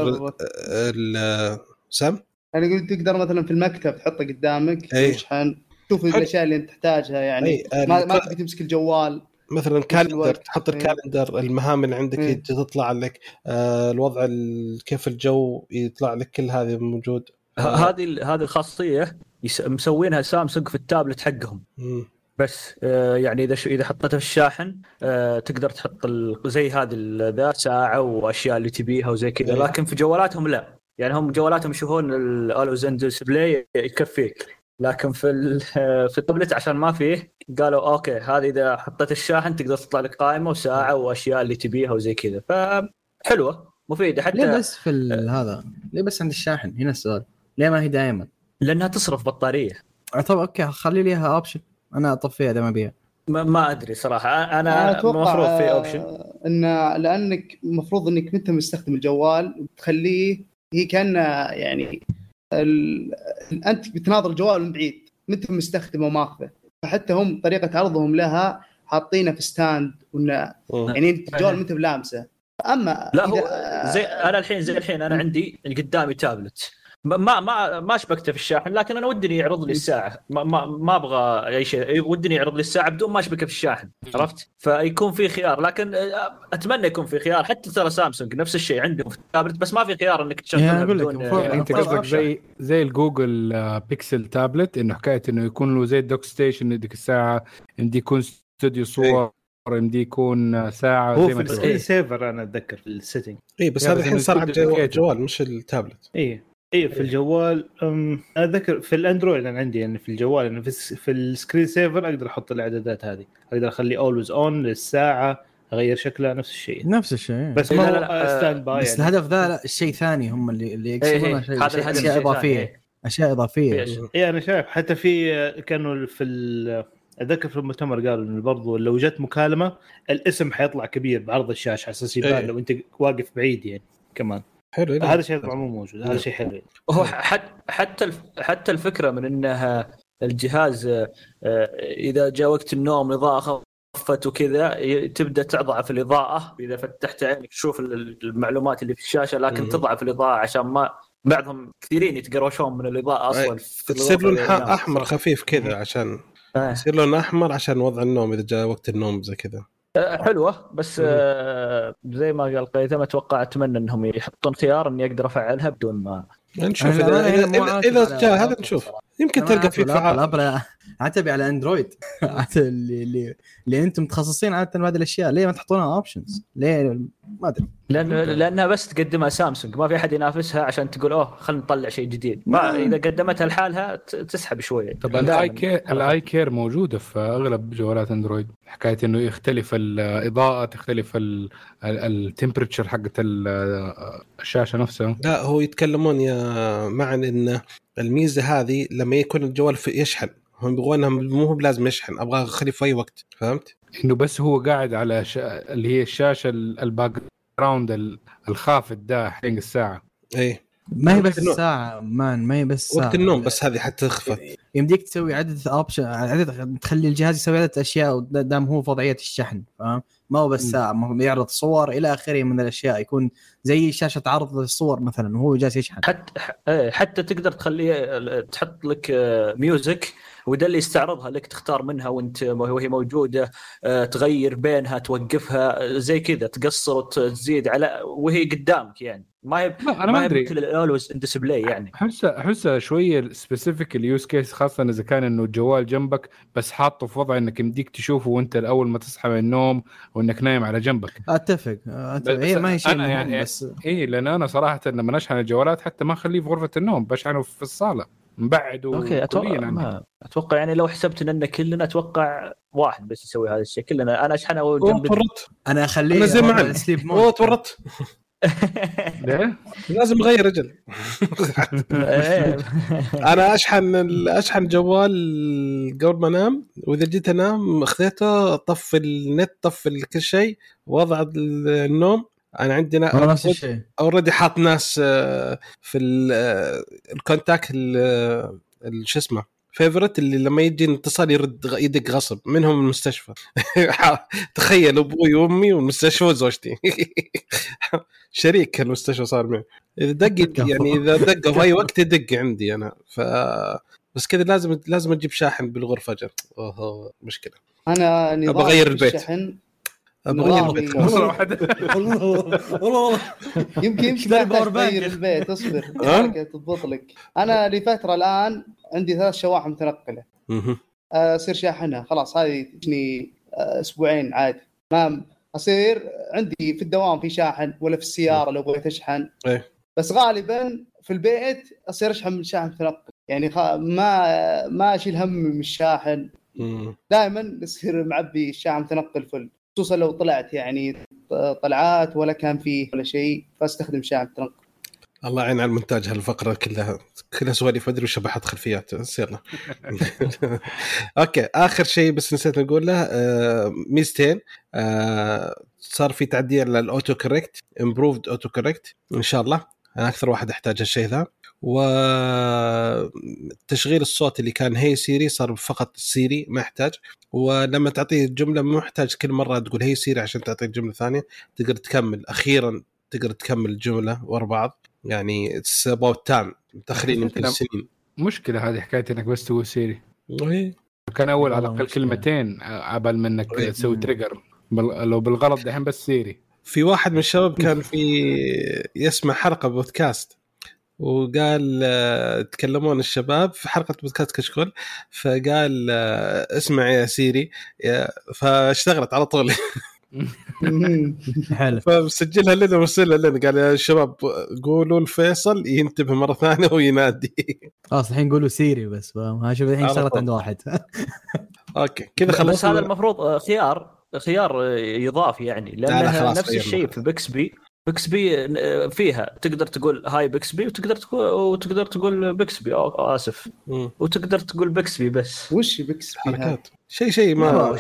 ال سام. أنا قلت تقدر مثلا في المكتب تحطه قدامك يشحن، تشوف الأشياء اللي أنت تحتاجها، يعني ما ما تبي تمسك الجوال. مثلا كالندر تحط الكالندر، المهام اللي عندك ايه. تطلع لك، آه الوضع كيف الجو يطلع لك، كل هذا موجود. هذه هذه الخاصيه مسوينها سامسونج في التابلت حقهم. م. بس آه يعني اذا اذا حطيتها في الشاحن آه تقدر تحط زي هذه ذا ساعه واشياء اللي تبيها وزي كذا. ايه. لكن في جوالاتهم لا، يعني هم جوالاتهم يشوفون الاولويز اند ديسبلاي يكفيك، لكن في في التابلت عشان ما فيه قالوا اوكي هذه اذا حطيت الشاحن تقدر تطلع لك قائمه وساعه واشياء اللي تبيها وزي كذا، فحلوه مفيده. حتى ليه بس في هذا ليه بس عند الشاحن؟ هنا السؤال ليه ما هي دائما؟ لانها تصرف بطاريه. طب اوكي خلي ليها اوبشن انا اطفيها اذا ما بيها. ما, ما ادري صراحه انا المفروض في اوبشن ان لانك المفروض انك انت مستخدم الجوال وتخليه هي كان يعني ال... انت بتناظر الجوال من بعيد انت مستخدمه وماخذه، فحتى هم طريقه عرضهم لها حاطينه في ستاند وإن يعني انت الجوال انت بلامسه. اما لا هو زي انا الحين زي الحين انا عندي قدامي تابلت ما ما ما شبكته في الشاحن، لكن انا ودني يعرض لي الساعه، ما ما, ما ابغى اي شيء، ودني يعرض لي الساعه بدون ما اشبكه في الشاحن، عرفت؟ فيكون في خيار، لكن اتمنى يكون في خيار. حتى ترى سامسونج نفس الشيء عندهم في التابلت بس ما في خيار انك تشغلها بدون. انت قصدك زي زي الجوجل بيكسل تابلت، انه حكايه انه يكون له زي الدوك ستيشن، يديك الساعه عندي يكون استوديو صور يمدي يكون ساعه هو زي في ما تقول. السكرين سيفر انا اتذكر في السيتنج. اي بس يا هذا بس الحين إنه صار على يكون الجوال, dedicated. الجوال مش التابلت. اي اي في الجوال أم، انا اتذكر في الاندرويد انا عندي يعني في الجوال انه في الس- في السكرين سيفر اقدر احط الاعدادات هذه, اقدر اخلي اولويز اون للساعه, اغير شكلها نفس الشيء, نفس الشيء. بس إيه، ما لا، هو لا، لا، ستاند باي بس يعني. الهدف ذا لا الشيء ثاني هم اللي اللي إيه، يقصدونه إيه، شيء هذا شيء- الهدف اشياء شيء ثاني، اضافيه إيه. اشياء اضافيه. في أشياء. اي انا شايف حتى في كانوا في ال- اتذكر في المؤتمر قالوا انه برضو لو جت مكالمه الاسم حيطلع كبير بعرض الشاشه على اساس يبان إيه. لو انت واقف بعيد يعني كمان. حلو. إيه. هذا شيء طبعا مو موجود, هذا شيء حلو. وهو حتى حتى الف- حتى الفكره من انها الجهاز آه، اذا جاء وقت النوم الاضاءه خفت وكذا ي- تبدا تضعف الاضاءه. اذا فتحت عينك تشوف ال- المعلومات اللي في الشاشه, لكن مم. تضعف الاضاءه عشان ما بعضهم كثيرين يتقروشون من الاضاءه اصلا أي. في تصير الغرفة لون اللي ح- ينام. احمر خفيف كذا عشان آه. يصير لون احمر عشان وضع النوم اذا جاء وقت النوم زي كذا. آه، حلوه بس آه، زي ما قال قيثم اتوقع اتمنى انهم يحطون خيار اني اقدر افعلها بدون ما نشوف أنا اذا الأمانة اذا, هنا مو إذا, عاتب إذا على جاء هذا أبل نشوف صراحة. يمكن أنا تلقى عاتب في على فعال. أبل, أبل عتبي على اندرويد عتب اللي اللي اللي انتم متخصصين عاده بهذه الاشياء, ليه ما تحطونها اوبشنز؟ ليه ما ادري. لأن لانها بس تقدمها سامسونج, ما في احد ينافسها عشان تقول اوه خلينا نطلع شيء جديد. ما اذا قدمتها لحالها ت- تسحب شويه. طب الاي كير الاي كير موجوده في اغلب جوالات اندرويد, حكايه انه يختلف الاضاءه, تختلف التمبريتشر حقت ال- الشاشه نفسها. لا هو يتكلمون يا معن ان الميزه هذه لما يكون الجوال في يشحن, هم يبغونها مو بلازم يشحن, ابغى اخليه في اي وقت. فهمت انه بس هو قاعد على شا... اللي هي الشاشه ال- الباك جراوند ال- الخافت ده حق الساعه. ايه ما هي بس وقت النوم. ساعه مان, ما هي بس ساعه وقت النوم بس هذه حتى تخفت. يمديك تسوي عدد اوبشن, عدد تخلي الجهاز يسوي عدد اشياء دام هو في وضعيه الشحن, فاهم؟ ما هو بس ساعه, ما هو يعرض صور الى اخره من الاشياء, يكون زي شاشه عرض الصور مثلا وهو جالس يشحن. حتى حتى تقدر تخليه تحط لك ميوزك وده اللي يستعرضها لك, تختار منها وانت وهي موجوده, تغير بينها, توقفها زي كذا, تقصر وتزيد على وهي قدامك. يعني ما هي انا ما ما هي ادري, مثل الاولويز ديسبلاي. يعني احس احس شويه سبيسيفيك اليوز كيس, خاصه اذا كان انه الجوال جنبك بس حاطه في وضع انك يمديك تشوفه وانت اول ما تصحى من النوم وانك نايم على جنبك. اتفق, أتفق. هي ما هي شيء أنا يعني بس ايه, لان انا صراحه لما نشحن الجوالات حتى ما اخليه في غرفه النوم, بشحنه في الصاله مبعد. اوكي اتوقع ما اتوقع يعني لو حسبت ان كلنا اتوقع واحد بس يسوي هذا الشيء, كلنا انا اشحنه وجنبي. تورط انا اخليه انا زي ما سليب هو تورط ليه؟ لازم اغير رجل. انا اشحن ال- اشحن جوال قبل ما انام, واذا جيت انام اخذته طفي النت, طفي كل شيء, وضع ال- النوم. انا عندنا والله نفس الشيء. اوريدي حاط ناس آه، في ال- آه، الكونتاكت ال- ال- شو اسمه فيفورت, اللي لما يجي اتصال يرد غ- يدق غصب منهم المستشفى. تخيل ابوي وامي والمستشفى وزوجتي شريك المستشفى صار معي. اذا دق يعني اذا دق في اي وقت يدق عندي انا, ف بس كذا لازم لازم اجيب شاحن بالغرفه جل. اوه مشكله. انا نظام أغير البيت. الشحن ابغى اغير البيت. والله يمكن يمكن ما تغير البيت, اصبر تضبط لك. انا لفتره الان عندي ثلاث شواحن متنقله, اصير شاحنها خلاص, هذه تجني اسبوعين عادي, ما اصير عندي في الدوام في شاحن ولا في السياره لو بغيت اشحن. بس غالبا في البيت اصير اشحن من شاحن متنقل, يعني ما ما اشيل هم من الشاحن, دائما يصير معبي الشاحن متنقل فل, خصوصا لو طلعت يعني طلعات ولا كان فيه ولا شيء, فاستخدم شاحن متنقل. الله يعين على المونتاج, هالفقره كلها كلها سواليف ادري وشبحت خلفيات, بس يلا. اوكي, اخر شيء بس نسيت نقول له, آه ميزتين. آه صار في تعديل للاوتو كوريكت, امبروفد اوتو كوريكت ان شاء الله. انا اكثر واحد احتاج الشيء ذا. وتشغيل الصوت اللي كان هي سيري صار فقط سيري, ما يحتاج. ولما تعطيه الجمله مو محتاج كل مره تقول هي سيري عشان تعطيك جمله ثانيه, تقدر تكمل اخيرا تقدر تكمل الجمله ورا بعض. يعني it's about time, متأخرين يمكن سنين. مشكلة هذه حكاية انك بس تقول سيري, وهي كان اول على الاقل كلمتين عبال منك تسوي تريجر, لو بالغلط دحين بس سيري. في واحد من الشباب كان في يسمع حلقة بودكاست وقال آه، تكلمون الشباب في حلقة بودكاست كشكول، فقال آه، اسمع يا سيري، فاشتغلت على طول. حلو. فسجلها لنا ورسلها لنا، قال يا شباب قولوا الفيصل ينتبه مرة ثانية وينادي. خلاص الحين قولوا سيري بس، ما شوف الحين اشتغلت عند واحد. اوكي كذا خلصنا. بس هذا المفروض خيار خيار يضاف يعني، لأنه نفس الشيء في بيكسبي. بيكسبي فيها تقدر تقول هاي بيكسبي، وتقدر تقول وتقدر تقول بيكسبي أو اسف مم. وتقدر تقول بيكسبي بس. وش بيكسبي حركات شيء شيء ما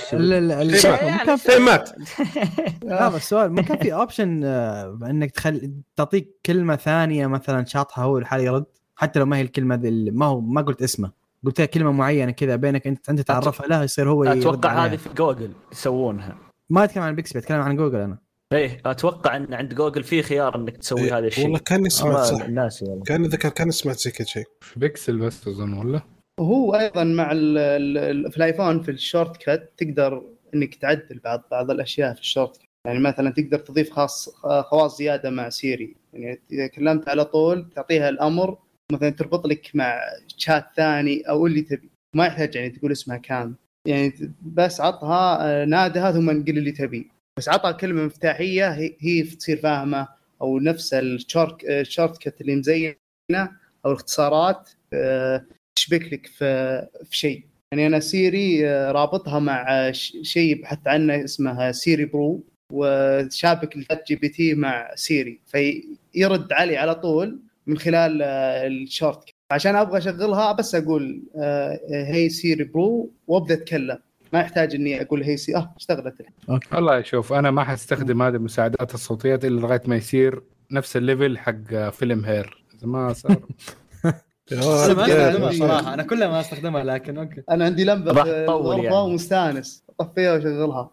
شيء مات. هذا السؤال ما كان في اوبشن انك تخلي تعطيك كلمه ثانيه مثلا شاطحه هو الحال يرد، حتى لو ما هي الكلمه ذي، ما هو ما قلت اسمه، قلت كلمه معينه كذا بينك انت انت تعرفها لها يصير هو يرد. اتوقع هذه في جوجل يسوونها. ما اتكلم عن بيكسبي، اتكلم عن جوجل انا. ايه اتوقع ان عند جوجل في خيار انك تسوي إيه. هذا الشيء والله كان سمعت صح الناس يعني. كان ذكر كان سمعت زي كذا شيء في بيكسل بس اظن ولا. وهو ايضا مع ال ال في الايفون في الشورت كات تقدر انك تعدل بعض بعض الاشياء في الشورت كات. يعني مثلا تقدر تضيف خاص خواص زياده مع سيري، يعني اذا كلمت على طول تعطيها الامر مثلا تربط لك مع شات ثاني او اللي تبي، ما يحتاج يعني تقول اسمها كامل، يعني بس عطها نادها ثم نقول اللي تبي، بس عطها كلمه مفتاحيه هي, هي تصير فاهمه، او نفس الشورت الشورت كات اللي مزينه او الاختصارات تشبك لك في في شيء. يعني انا سيري رابطها مع شيء بحث عنه اسمه سيري برو، وشابك الشات جي بي تي مع سيري فيرد علي على طول من خلال الشورت كات. عشان ابغى اشغلها بس اقول هي سيري برو وابدا اتكلم، ما يحتاج اني اقول هي سي اه اشتغلت. والله شوف انا ما حستخدم هذه المساعدات الصوتيات الا لغايه ما يصير نفس الليفل حق فيلم هير ما صار. انا ما استخدمها صراحه، انا كلها ما استخدمها، لكن اوكي انا عندي لمبه في الغرفه يعني. ومستانس اطفيها واشغلها.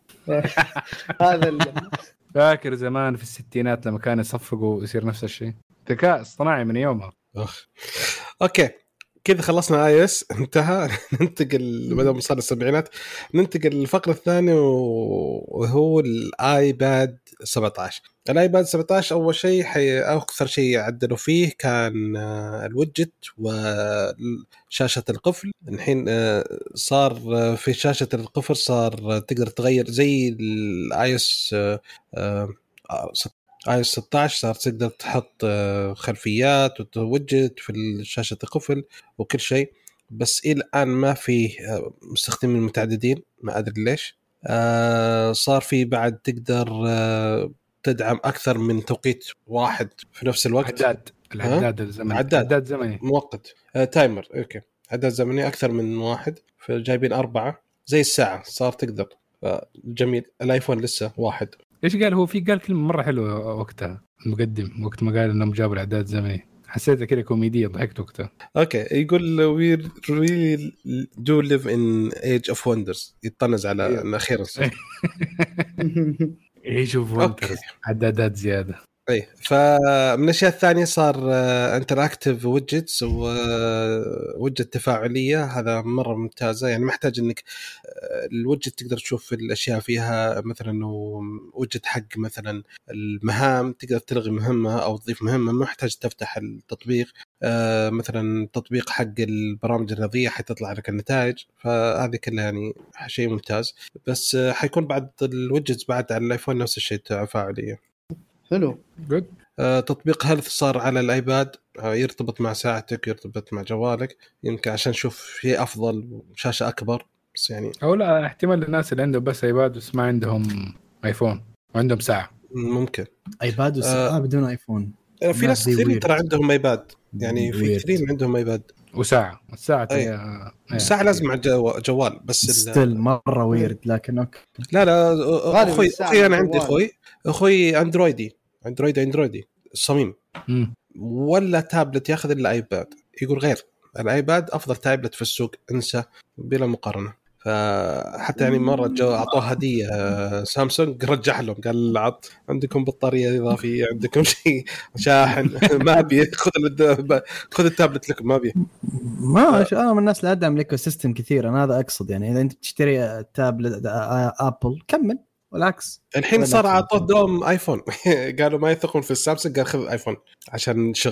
هذا فاكر زمان في الستينات لما كانوا يصفقوا يصير نفس الشيء، ذكاء اصطناعي من يومها. أخ. اوكي كذا خلصنا اي اس انتهى. ننتقل بدل مصادر السبعينات، ننتقل للفقرة الثانية وهو الايباد سبعة عشر. الايباد سبعة عشر اول شيء حي... اكثر شيء عدلوا فيه كان الويدجت وشاشة القفل. الحين صار في شاشة القفل صار تقدر تغير زي الاي اس اي اس ستة عشر، صار تقدر تحط خلفيات وتوجد في شاشة القفل وكل شيء، بس إلى الآن ما في مستخدمين متعددين، ما أدري ليش. صار في بعد تقدر تدعم أكثر من توقيت واحد في نفس الوقت. عداد العداد الزمني، عداد, عداد زمني مؤقت، تايمر. أوكي عداد زمني أكثر من واحد، فجايبين أربعة زي الساعة صار تقدر. جميل. الآيفون لسه واحد. ايش قال هو؟ في قال كلمه مره حلوه وقتها المقدم، وقت ما قال انهم جابوا الاعداد الزمني، حسيتها كده كوميديه، ضحكت وقتها. اوكي يقول we really do live in age of wonders، يطنز على ان اخيرا age of wonders عدادات زياده. اي فمن الاشياء الثانيه صار انتراكتيف ويدجتس ووجهه تفاعليه، هذا مره ممتازه. يعني محتاج انك الوجهه تقدر تشوف الاشياء فيها، مثلا وجهه حق مثلا المهام تقدر تلغي مهمه او تضيف مهمه، ما محتاج تفتح التطبيق. مثلا تطبيق حق البرامج الرياضيه حتطلع لك النتائج، فهذه كلها يعني شيء ممتاز. بس حيكون بعد الوجهه بعد على الايفون نفس الشيء تفاعليه. حلو جود. آه، تطبيق هيلث صار على الايباد، آه، يرتبط مع ساعتك، يرتبط مع جوالك، يمكن عشان نشوف شيء افضل وشاشه اكبر. بس يعني او لا احتمال الناس اللي عندهم بس ايباد بس ما عندهم ايفون وعندهم ساعه، ممكن ايباد وساعه آه بدون ايفون. آه في ناس كثير ترى عندهم ايباد، يعني في كثير عندهم ايباد وساعه. الساعه أي. الساعه لازم مع جوال بس ستيل مره ويرد. لكن اوكي لا لا اخوي اخوي انا عندي اخوي اخوي اندرويدي اندرويد اندرويدي الصميم مم. ولا تابلت ياخذ الايباد، يقول غير الايباد افضل تابلت في السوق، انسى بلا مقارنه. فحتى يعني مره جو اعطوه هديه سامسونج، رجع لهم قال عط عندكم بطاريه اضافيه، عندكم شيء شاحن، ما ابي خذ خذ التابلت لكم، ما ابي. ما ف... انا من الناس اللي ادعم الايكو سيستم كثير، انا هذا اقصد. يعني اذا انت تشتري تابلت ابل كمل، والعكس الحين صار عطوه دوم ايفون. قالوا ما يثقون في السامسونج، قال خذ ايفون عشان شغله.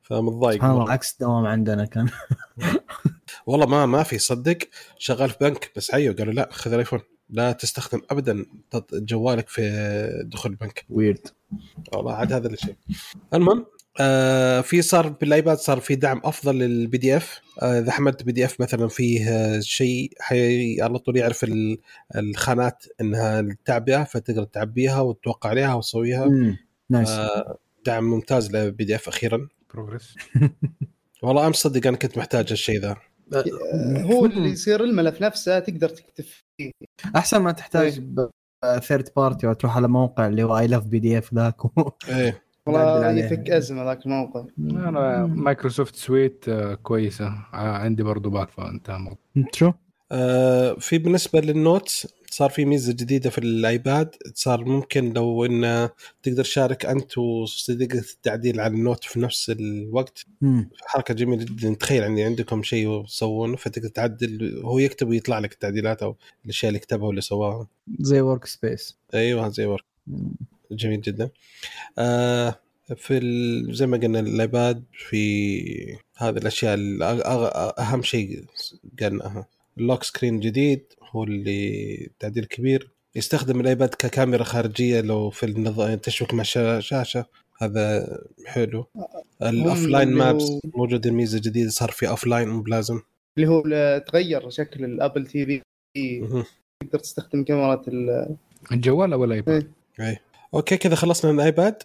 فمتضايق. سبحان الله عكس دوام عندنا كان. والله ما ما في صدق شغال في بنك بس عيو قالوا لا خذ الايفون لا تستخدم ابدا جوالك في دخول البنك. ويرد والله عاد هذا الشيء. المهم آه في صار بالايباد صار في دعم افضل للبي دي اف. اذا آه حملت بي دي اف مثلا فيه آه شيء حي على طول يعرف الخانات انها التعبئه فتقدر تعبيها وتوقع عليها وتسويها. نايس. آه دعم ممتاز للبي دي اف اخيرا. بروجرس. والله امس صدق انا كنت محتاج الشيء ذا. هو اللي يصير الملف نفسه تقدر تكتب فيه احسن ما تحتاج ثيرد بارتي وتروح على موقع اللي هو اي لاف بي دي اف ذاك. ايه والله يفك ازمه ذاك الموقع. انا مايكروسوفت سويت كويسه عندي برضو باكفا انت شو آه في بالنسبه للنوتس صار في ميزه جديده في الايباد. صار ممكن لو ان تقدر تشارك انت وصديقك التعديل على النوت في نفس الوقت. مم. حركه جميله جدا. تخيل اني عندكم شيء تسوونه فتقدر تعدل هو يكتب ويطلع لك التعديلات او الاشياء اللي كتبها واللي سواها زي ورك سبيس. ايوه زي ورك. جميل جدا. آه في زي ما قلنا الايباد في هذه الاشياء اهم شيء قلناها. اللوك سكرين جديد هو اللي تعديل كبير. يستخدم الايباد ككاميرا خارجيه لو في النظام تشبك مع شاشه هذا حلو. الاوفلاين مابس موجود الميزه جديده صار في اوفلاين مو بلازم اللي هو تغير شكل الابل تي في تقدر تستخدم كاميرا الجوال او الايباد. اي اوكي كذا خلصنا من الايباد.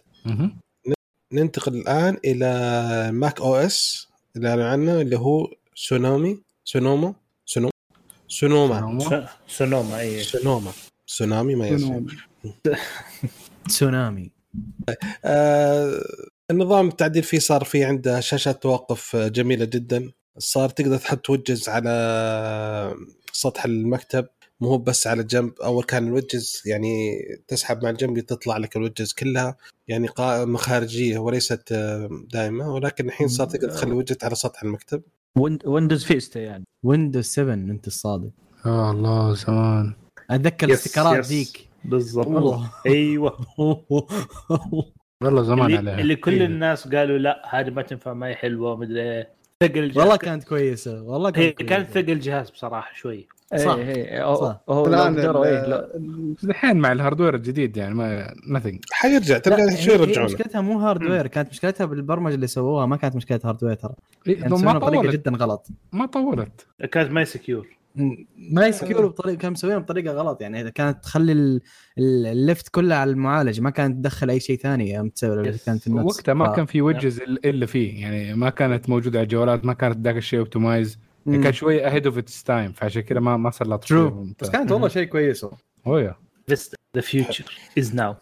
ننتقل الان الى ماك او اس اللي انا عنه اللي هو سونامي سونوما سونوما سونوما سونوما اي سونوما سونامي ما يصير تسونامي. آه النظام التعديل فيه صار فيه عنده شاشات توقف جميلة جدا. صار تقدر تحط وجز على سطح المكتب مو بس على جنب. أول كان الوجز يعني تسحب مع الجنب تطلع لك الوجز كلها يعني قائمة خارجية وليست دائمة ولكن الحين صار تقدر تخلي وجت على سطح المكتب. ويندوز فيستا يعني ويندوز سبعة انت الصادق. آه الله زمان اتذكر الاستيكرات ذيك بالضبط. ايوه والله زمان اللي, عليها اللي كل الناس قالوا لا هذه ما تنفع ما هي حلوه مدري ثقل والله كانت كويسه والله كانت كويسة. كانت ثقل الجهاز بصراحه شوي صح ايه هو لو ايه الحين مع الهاردوير الجديد يعني ما nothing حيرجع تلقى شوي يرجعون. مشكلتها مو هاردوير كانت مشكلتها بالبرمجه اللي سووها ما كانت مشكله هاردوير ترى يعني ما طريقه جدا غلط ما طولت كانت ما سكيور ما يسكيور بطريقه كانوا مسوينها بطريقه غلط يعني اذا كانت تخلي الليفت كله على المعالج ما كانت تدخل اي شيء ثاني يوم تسوي كانت في النص وقتها ما ف... كان في وجز الا فيه يعني ما كانت موجوده على الجوالات ما كانت ذاك الشيء اوبتمايز كان شوي اهيد اوف اتس تايم فعشان كذا ما ما صار له بس كانت والله شيء كويس. هو يا the future is now.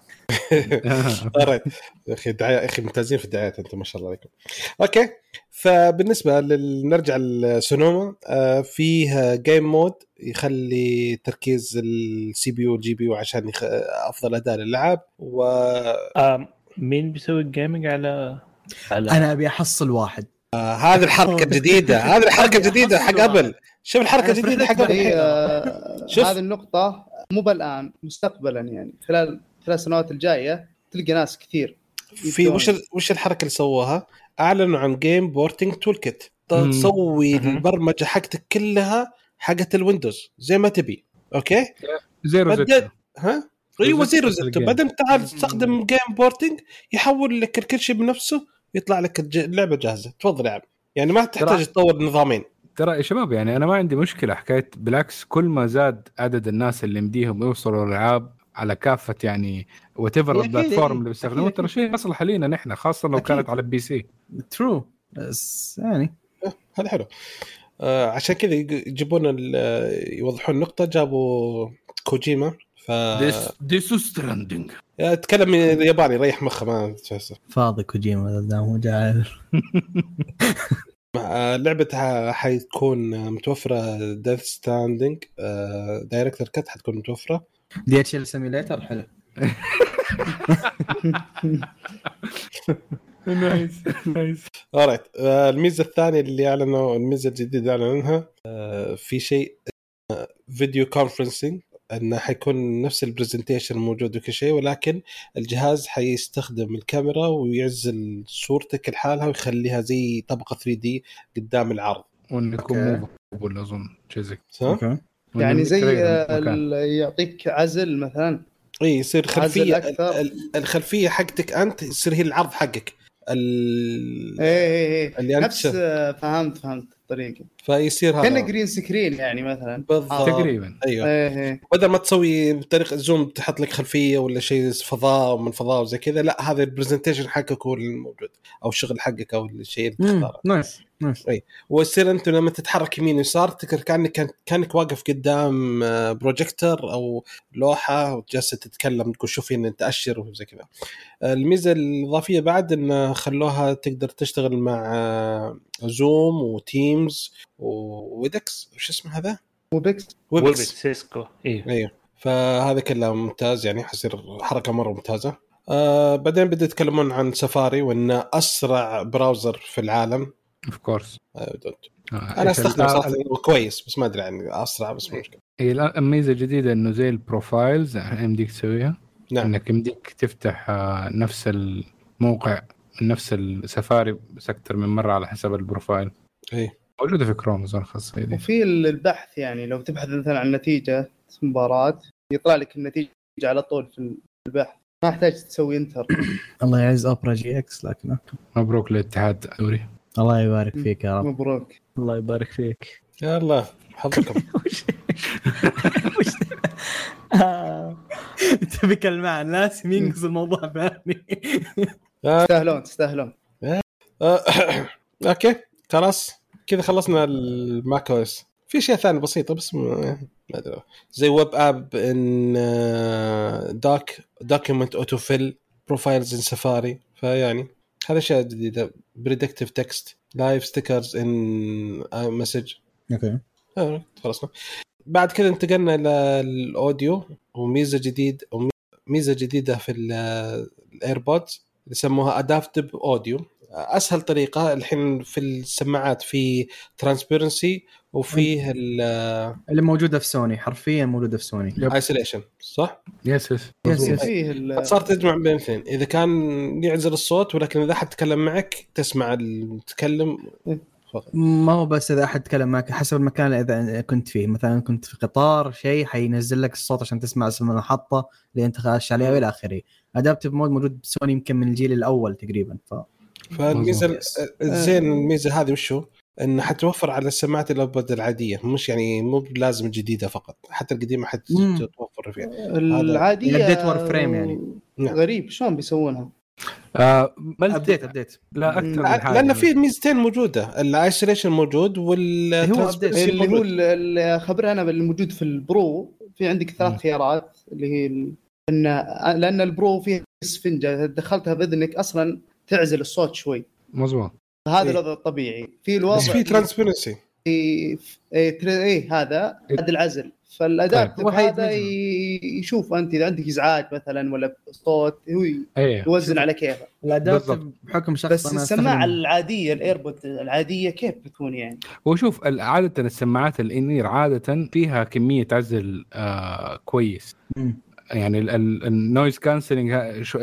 يا اخي دعايه اخي ممتازين في الدعايات انتم ما شاء الله عليكم. اوكي فبالنسبه نرجع لسونوما فيه جيم مود يخلي تركيز السي بي يو والجي بي يو عشان يخ... افضل اداء للعب. و مين بيسوي الجيمنج على... على انا ابي احصل واحد. آه هذه الحركه الجديده هذه الحركه الجديده حق قبل. شوف الحركه الجديده حق قبل. هذه النقطه مو بالان مستقبلا يعني خلال ثلاث سنوات الجايه تلقى ناس كثير في وش وش الحركه اللي سووها. اعلنوا عن جيم بورتنج تول كيت تسوي البرمجه حقتك كلها حقت الويندوز زي ما تبي. اوكي زيرو زد ها ايوه زيرو زد بعدين تعال تستخدم جيم بورتنج يحول لك كل شيء بنفسه يطلع لك اللعبه جاهزه تفضل العب يعني ما تحتاج تطور نظامين. ترى يا شباب يعني انا ما عندي مشكله حكايه بالعكس كل ما زاد عدد الناس اللي مديهم يوصلوا الالعاب على كافه يعني واتيفر البلاتفورم اللي بيستخدموه ترى شيء مصلحه لينا نحن خاصه لو أكيد. كانت على البي سي ترو بس يعني هذا حلو. آه عشان كذا يجيبون يوضحون النقطه جابوا كوجيما ف ديسو ستراندينج اتكلم ياباني ريح مخه ما فاضي كوجيما ذا مو جاهز. لعبتها حتكون متوفرة ديث ستاندينج دايركتر كات حتكون متوفرة دي اتش ال سيميليتر حلو. نايس نايس. alright الميزة الثانية اللي أعلنوا الميزة الجديدة أعلنوا عنها في شيء فيديو كونفرنسينج انه حيكون نفس البرزنتيشن موجود وكل شيء، ولكن الجهاز حيستخدم الكاميرا ويعزل صورتك لحالها ويخليها زي طبقه ثري دي قدام العرض، وانه يكون موفبل اظن شيء زي اوكي يعني زي يعطيك عزل مثلا، اي يصير خلفيه الخلفيه حقتك انت يصير هي العرض حقك ال ايه ايه نفس فهمت فهمت الطريقه، فيصير هذا كأنه جرين سكرين يعني مثلا تقريبا. ايوه ايه بدل ما تسوي بطريقه زوم تحط لك خلفيه ولا شيء فضاء ومن فضاء وزي كذا، لا هذا البرزنتيشن حقك هو الموجود او الشغل حقك او الشيء اللي تختاره. نايس نايس. اي ويصير انت لما تتحرك يمين ويسار تذكر كانك كانك واقف قدام بروجيكتور او لوحه وجالس تتكلم تقول شوفي ان انت اشر وزي كذا. الميزه الاضافيه بعد ان خلوها تقدر تشتغل مع زوم وتيمز وويدكس وش اسمه هذا ويبكس ويبكس سيسكو. ايوه ايوه فهذا كله ممتاز يعني حيصير حركه مره ممتازه. آه بعدين بدأوا يتكلمون عن سفاري وانه اسرع براوزر في العالم. اوف كورس انا استخدم صراحه كويس بس ما ادري عن اسرع بس مشكله. هي الميزه الجديده انه زي البروفايلز يمديك تسويها. نعم. انك يمديك تفتح نفس الموقع من نفس السفاري بس اكثر من مره على حسب البروفايل. اي موجوده في كروم زون خاصه دي. وفي البحث يعني لو تبحث مثلا عن نتيجه مباراه يطلع لك النتيجه على طول في البحث، ما احتاج تسوي انتر. الله يعز اوبرا جي اكس. لكن مبروك للاتحاد الدولي. الله يبارك فيك يا رب. مبروك. الله يبارك فيك يا الله حظكم. تبي كلمة عن الناس ينقص الموضوع ثاني. تستاهلون تستاهلون. اوكي خلاص كذا خلصنا الماك او اس. في شيء ثاني بسيطه بس ما ادري زي ويب اب ان دوك دوكيمنت اوتو فيل بروفايلز ان سفاري. فيعني هذا شيء جديد. بريدكتيف تكست لايف ستيكرز ان مسج. اوكي اه خلصنا. بعد كده انتقلنا الى الاوديو وميزه جديد ميزه جديده في الايربودز يسموها ادابتيف اوديو. اسهل طريقه الحين في السماعات في ترانسبيرنسي وفيه اللي موجوده في سوني حرفيا موجوده في سوني ايسوليشن صح. يس يس صار تجمع بين الاثنين اذا كان يعزل الصوت ولكن اذا حد تكلم معك تسمع المتكلم. ما هو بس اذا احد تكلم معك حسب المكان اذا كنت فيه مثلا كنت في قطار شيء حينزل لك الصوت عشان تسمع اسم المحطه اللي انت خاش عليها والى اخره. ادابتيف مود موجود بسوني يمكن من الجيل الاول تقريبا. ف فالميزه الزين الميزه هذه وشو ان حتوفر على السماعات الايربود العاديه مش يعني مو لازم الجديده فقط حتى القديمه حتتوفر فيها العاديه ابديت وور فريم يعني غريب شلون بيسوونها. آه ابديت ابديت لا اكثر من حاجه لان في ميزتين موجوده الايسوليشن موجود والترانسبيرنسي اللي هو اللي خبر انا اللي موجود في البرو. في عندك ثلاث خيارات اللي هي ان لان البرو فيه اسفنجه دخلتها باذنك اصلا تعزل الصوت شوي مظبوط. هذا إيه؟ الوضع الطبيعي. في الوضع بس في ترانسبيرنسي ايه ايه هذا هذا العزل. فالاداء طيب. هذا يشوف انت اذا عندك ازعاج مثلا ولا صوت هو أيه. يوزن على كيفه الاداء بحكم شخص. بس السماعه العاديه الايربود العاديه كيف بتكون يعني. وشوف عاده السماعات الانير عاده فيها كميه عزل آه كويس م. يعني النويز كانسلينج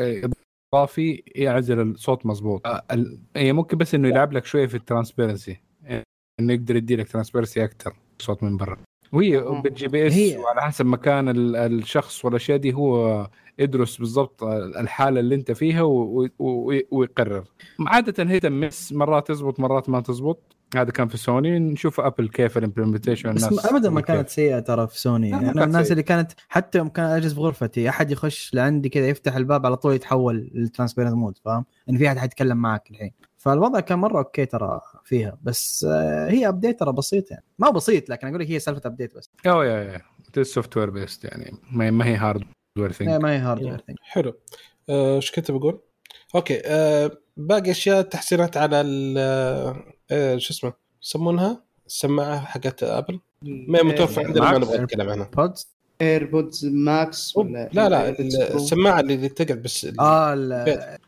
اضافي يعزل الصوت مظبوط. هي ممكن بس انه يلعب لك شويه في الترانسبيرنسي انه يقدر يدي لك ترانسبيرنسي اكثر صوت من برا. وهي بالجي بي اس وعلى حسب مكان الشخص والاشياء دي هو يدرس بالضبط الحاله اللي انت فيها ويقرر. عاده هي تمس مرات تزبط مرات ما تزبط. هذا كان في سوني. نشوف ابل كيف الامبلمنتيشن. الناس ابدا ما كانت سيئه ترى في سوني. انا يعني الناس سيئة. اللي كانت حتى يوم كان اجلس في غرفتي احد يخش لعندي كذا يفتح الباب على طول يتحول للترانسبيرنت مود. فاهم ان في احد حيتكلم معك الحين. فالوضع كان مره اوكي ترى فيها. بس هي ابديت ترى بسيط يعني ما بسيط لكن اقول لك هي سالفه ابديت بس. اه يا يا السوفت وير بيست يعني ما هي هارد وير ثينج. ما هي هارد وير ثينج. حلو. ايش كنت بقول؟ اوكي أه باقي اشياء تحسينات على ال شو اسمه يسمونها السماعه حقت ابل ما متوفر عندنا ما نبغى نتكلم عنها. بودز ايربودز ماكس ولا لا لا السماعه اللي تقعد بس اه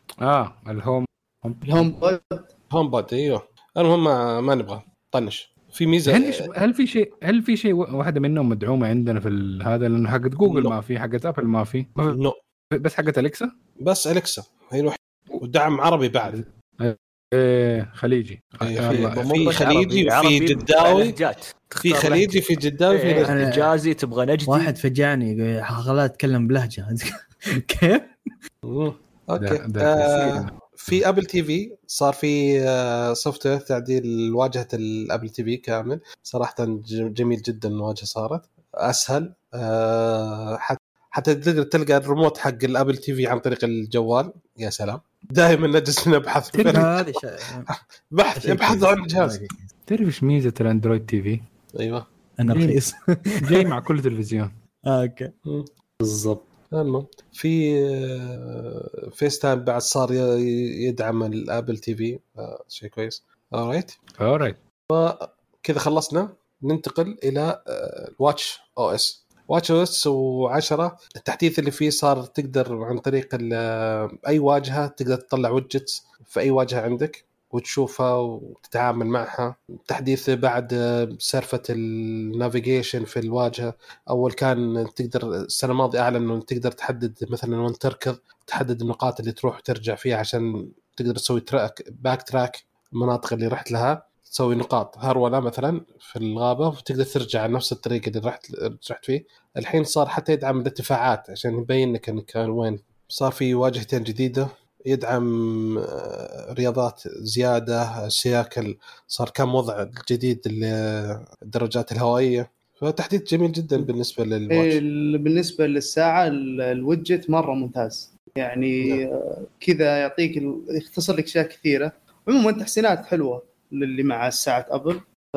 اه الهوم الهوم بود هوم بود ايوه المهم ما, ما نبغى طنش في ميزه. هل هل في شيء هل في شيء واحده منهم مدعومه عندنا في هذا؟ لانه حقت جوجل ما في، حقت ابل ما في، نو. بس حقت اليكسا، بس اليكسا هي الوحيده، ودعم عربي بعد. ايه خليجي، في خليجي وفي جداوي، في خليجي في جداوي في حجازي. تبغى نجدي؟ واحد فجعني يقول خلاص اتكلم بلهجه كيف؟ اوكي. آه في ابل تي في صار في آه سوفت وير تعديل واجهه الابل تي في كامل، صراحه جميل جدا الواجهه صارت اسهل. آه حتى حتى تقدر تلقى الريموت حق الابل تي في عن طريق الجوال. يا سلام، دائما نجلس نبحث هذا بحث يبحث عن الجهاز. تعرف ايش ميزه الاندرويد تي في؟ ايوه انا رخيص جاي مع كل تلفزيون. اوكي بالضبط. المهم في فيس تايم بعد صار يدعم الابل تي في، شيء كويس. alright alright كذا خلصنا. ننتقل الى الواتش او اس. واتش او اس وعشرة التحديث اللي فيه صار تقدر عن طريق اي واجهه تقدر تطلع ويدجتس في اي واجهه عندك وتشوفها وتتعامل معها. تحديث بعد سرفة النافيجيشن في الواجهة. أول كان تقدر السنة الماضية أعلن أنه تقدر تحدد مثلا وين تركض، تحدد النقاط اللي تروح وترجع فيها عشان تقدر تسوي تراك باك تراك المناطق اللي رحت لها، تسوي نقاط هرولة مثلا في الغابة وتقدر ترجع نفس الطريق اللي رحت رجعت فيه. الحين صار حتى يدعم الارتفاعات عشان يبين لك أنك كان وين. صار في واجهتين جديدة، يدعم رياضات زيادة، سياكل، صار كم وضع جديد للدرجات الهوائية، فتحديث جميل جدا بالنسبة للواتش. بالنسبة للساعة الويدجت مرة ممتاز يعني، كذا يعطيك يختصر لك أشياء كثيرة. عموما تحسينات حلوة للي مع الساعة أبل،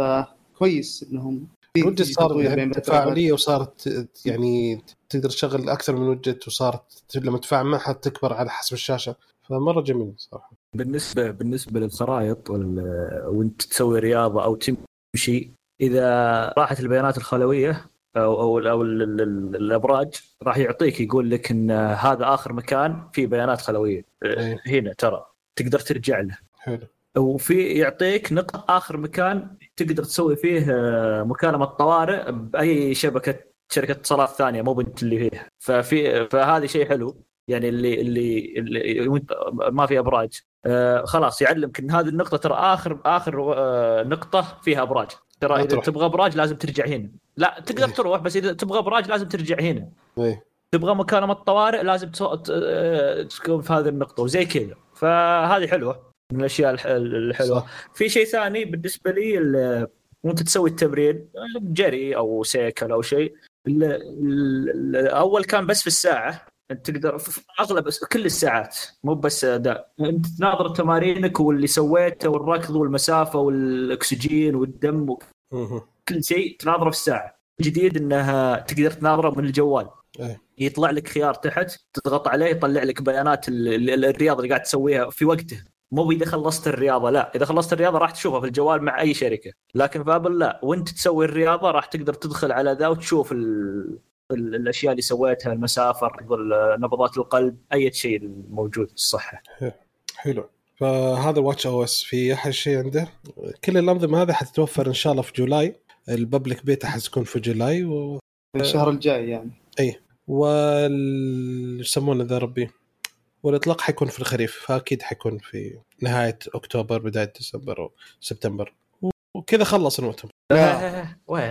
فكويس إنهم الويدجت صار تفاعلية وصارت يعني تقدر تشغل أكثر من ويدجت، وصارت لما تفاعل معها تكبر على حسب الشاشة، فمرة جميل صراحة. بالنسبة بالنسبة للخرائط وانت تسوي رياضة أو تمشي، إذا راحت البيانات الخلوية أو أو, أو الأبراج راح يعطيك يقول لك إن هذا آخر مكان فيه بيانات خلوية. أيه. هنا ترى تقدر ترجع له. حلو. وفي يعطيك نقطة آخر مكان تقدر تسوي فيه مكالمة طوارئ بأي شبكة شركة اتصالات ثانية مو بنت اللي فيها. ففي فهذا شيء حلو يعني. اللي اللي, اللي ما في أبراج آه خلاص يعلمك إن هذه النقطة ترى آخر آخر آه نقطة فيها أبراج. ترى إذا تبغى أبراج لازم ترجع هنا. لا تقدر إيه. تروح، بس إذا تبغى أبراج لازم ترجع هنا. إيه. تبغى مكالمة طوارئ لازم تكون في هذه النقطة وزي كذا. فهذه حلوة من الأشياء الحلوة. صح. في شيء ثاني بالنسبة لي، وانت تسوي التمرين جري أو سيكل أو شيء، الأول كان بس في الساعة، انت تقدر في أغلب كل الساعات مو بس ده، انت تناظر تمارينك واللي سويته والركض والمسافة والأكسجين والدم وكل شيء تناظره في الساعة. جديد إنها تقدر تناظره من الجوال. أيه. يطلع لك خيار تحت تضغط عليه يطلع لك بيانات الرياضة اللي قاعد تسويها في وقته، مو إذا خلصت الرياضة. لا، إذا خلصت الرياضة راح تشوفها في الجوال مع أي شركة، لكن في أبل لا، وانت تسوي الرياضة راح تقدر تدخل على ذا وتشوف ال... ال... الأشياء اللي سويتها، المسافة، نبضات القلب، أي شيء موجود في الصحة. حلو. فهذا واتش او اس في أحد شيء عنده. كل الأنظمة هذا حتتوفر إن شاء الله في جولاي. الببليك بيتا حتكون في جولاي و... الشهر الجاي يعني. أي وال يسمونه ذا ربي، والإطلاق حيكون في الخريف، فأكيد حيكون في نهاية أكتوبر بداية ديسمبر أو سبتمبر، وكذا خلص المؤتمر. وين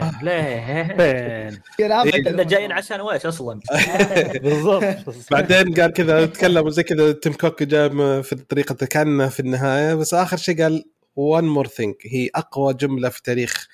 ليه فين جايين عشان وايش أصلا؟ بالضبط. بعدين قال كذا تكلم زي كذا تيم كوك جاء في الطريقة كان في النهاية، بس آخر شيء قال one more thing، هي أقوى جملة في تاريخ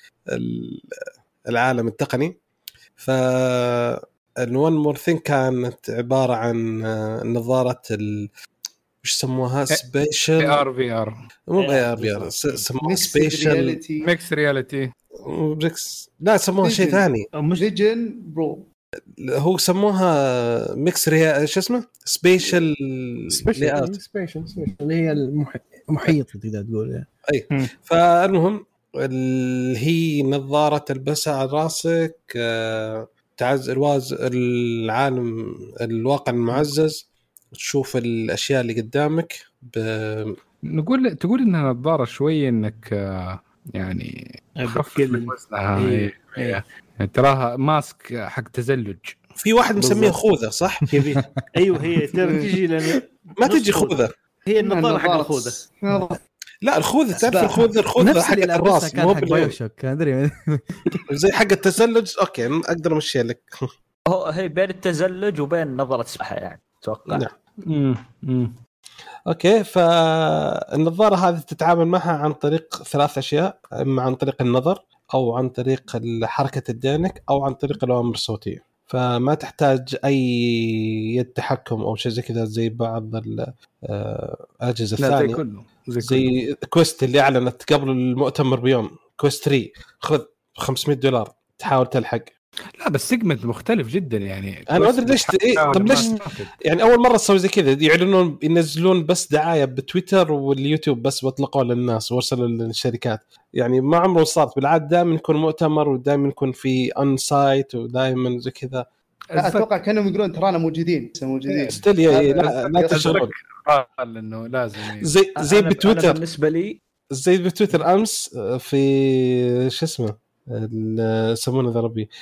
العالم التقني. ف الون مور ثينك كانت عبارة عن نظارة ال وش سموها سبيشال ار في ار مو اي ار في ار سموها سبيشال ميكس رياليتي ميكس لا سموها شيء ثاني فيجن برو هو سموها ميكس ريا شو اسمه سبيشال سبيشال سبيشال اللي هي المحيط تقدر تقول اي. فالمهم اللي هي نظارة تلبسها على راسك تعز الواز العالم الواقع المعزز، تشوف الأشياء اللي قدامك ب... نقول تقول إنها نظارة شوي إنك يعني خف خفف من من وزنها. إيه. إيه. يعني تراها ماسك حق تزلج. في واحد مسميه خوذه صح؟ كبير. ايوه هي ترى تجي لان ما تجي خوذه، هي النظاره حق الخوذه. لا الخوذه تعرف الخوذه الخوذه حق الراس مو بايوشوك ادري زي حق التزلج. اوكي اقدر امشي لك. هو هي بين التزلج وبين نظاره السباحه يعني اتوقع. نعم. امم امم اوكي فالنظاره هذه تتعامل معها عن طريق ثلاث اشياء، اما عن طريق النظر او عن طريق حركه الدينك او عن طريق الاوامر الصوتيه، فما تحتاج اي يد تحكم او شيء زي كذا زي بعض الاجهزه الثانيه. زي كله زي, زي كويست اللي اعلنت قبل المؤتمر بيوم، كويست ثلاثة خذ خمسمية دولار تحاول تلحق. لا بس سيجمنت مختلف جدا يعني. انا ما ادري ليش إيه طب ليش يعني اول مره تسوي زي كذا، يعلنون ينزلون بس دعايه بتويتر واليوتيوب بس واطلقوا للناس وارسلوا للشركات. يعني ما عمره صارت بالعاده، دائما يكون مؤتمر ودائما يكون في اون سايت ودائما زي كذا. اتوقع كانوا يقولون ترانا موجودين موجودين استلي لا لا تشغلون قال انه لازم زي زي بتويتر. بالنسبه لي زي بتويتر امس في شو اسمه يسمونه ذا ربي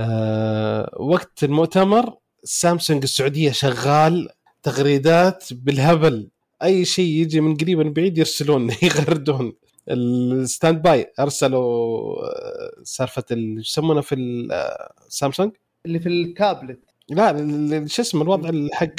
أه وقت المؤتمر سامسونج السعودية شغال تغريدات بالهبل، أي شيء يجي من قريب من بعيد يرسلون يغردون. الستاند باي أرسلوا سالفة اللي يسمونه في السامسونج اللي في الكابلت، لا شو اسمه الوضع حق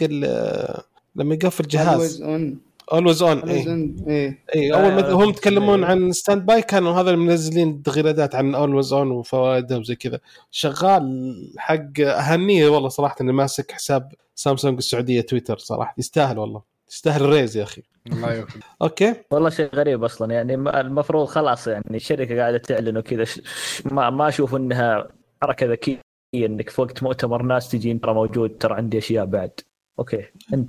لما يقفل الجهاز always on. اي اي اول ما هم يتكلمون عن ستاند باي كانوا هذا اللي منزلين تغريدات عن always on وفوائده وزي كذا. شغال حق اهنيه والله صراحه اني ماسك حساب سامسونج السعوديه تويتر، صراحه يستاهل والله يستاهل الريز يا اخي. الله يوفقك. اوكي والله شيء غريب اصلا يعني المفروض خلاص يعني الشركه قاعده تعلن وكذا ما ما اشوف انها حركه ذكيه انك في وقت مؤتمر ناس تجي ترى موجود ترى عندي اشياء بعد. اوكي انت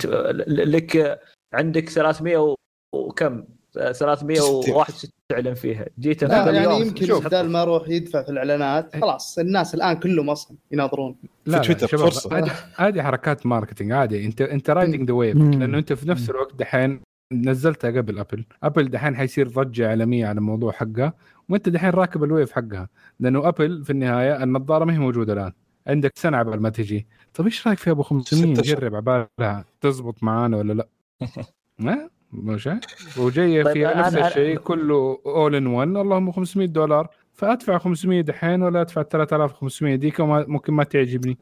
لك عندك ثلاثمية وكم ثلاثمية وواحد وستين تعلن فيها جيت يعني يمكن بدل ما اروح يدفع في الاعلانات خلاص الناس الان كلهم اصلا يناظرون في تويتر. فرصه هذه حركات ماركتينج عادي. انت انت رايدنج ذا ويف لانه انت في نفس الوقت دحين نزلتها قبل ابل ابل دحين حيصير ضجه عالميه على الموضوع حقها وانت دحين راكب الويف حقها، لانه ابل في النهايه النظاره ما هي موجوده الان، عندك سنه قبل ما تجي. طب ايش رايك في ابو خمسمية نجرب عبالها تزبط معانا ولا لا؟ ما مش وجايه طيب فيها نفس الشيء كله اول ان وان اللهم خمسمية دولار، فادفع خمسمية دحين ولا ادفع ثلاثة آلاف وخمسمية ديك ممكن ما تعجبني.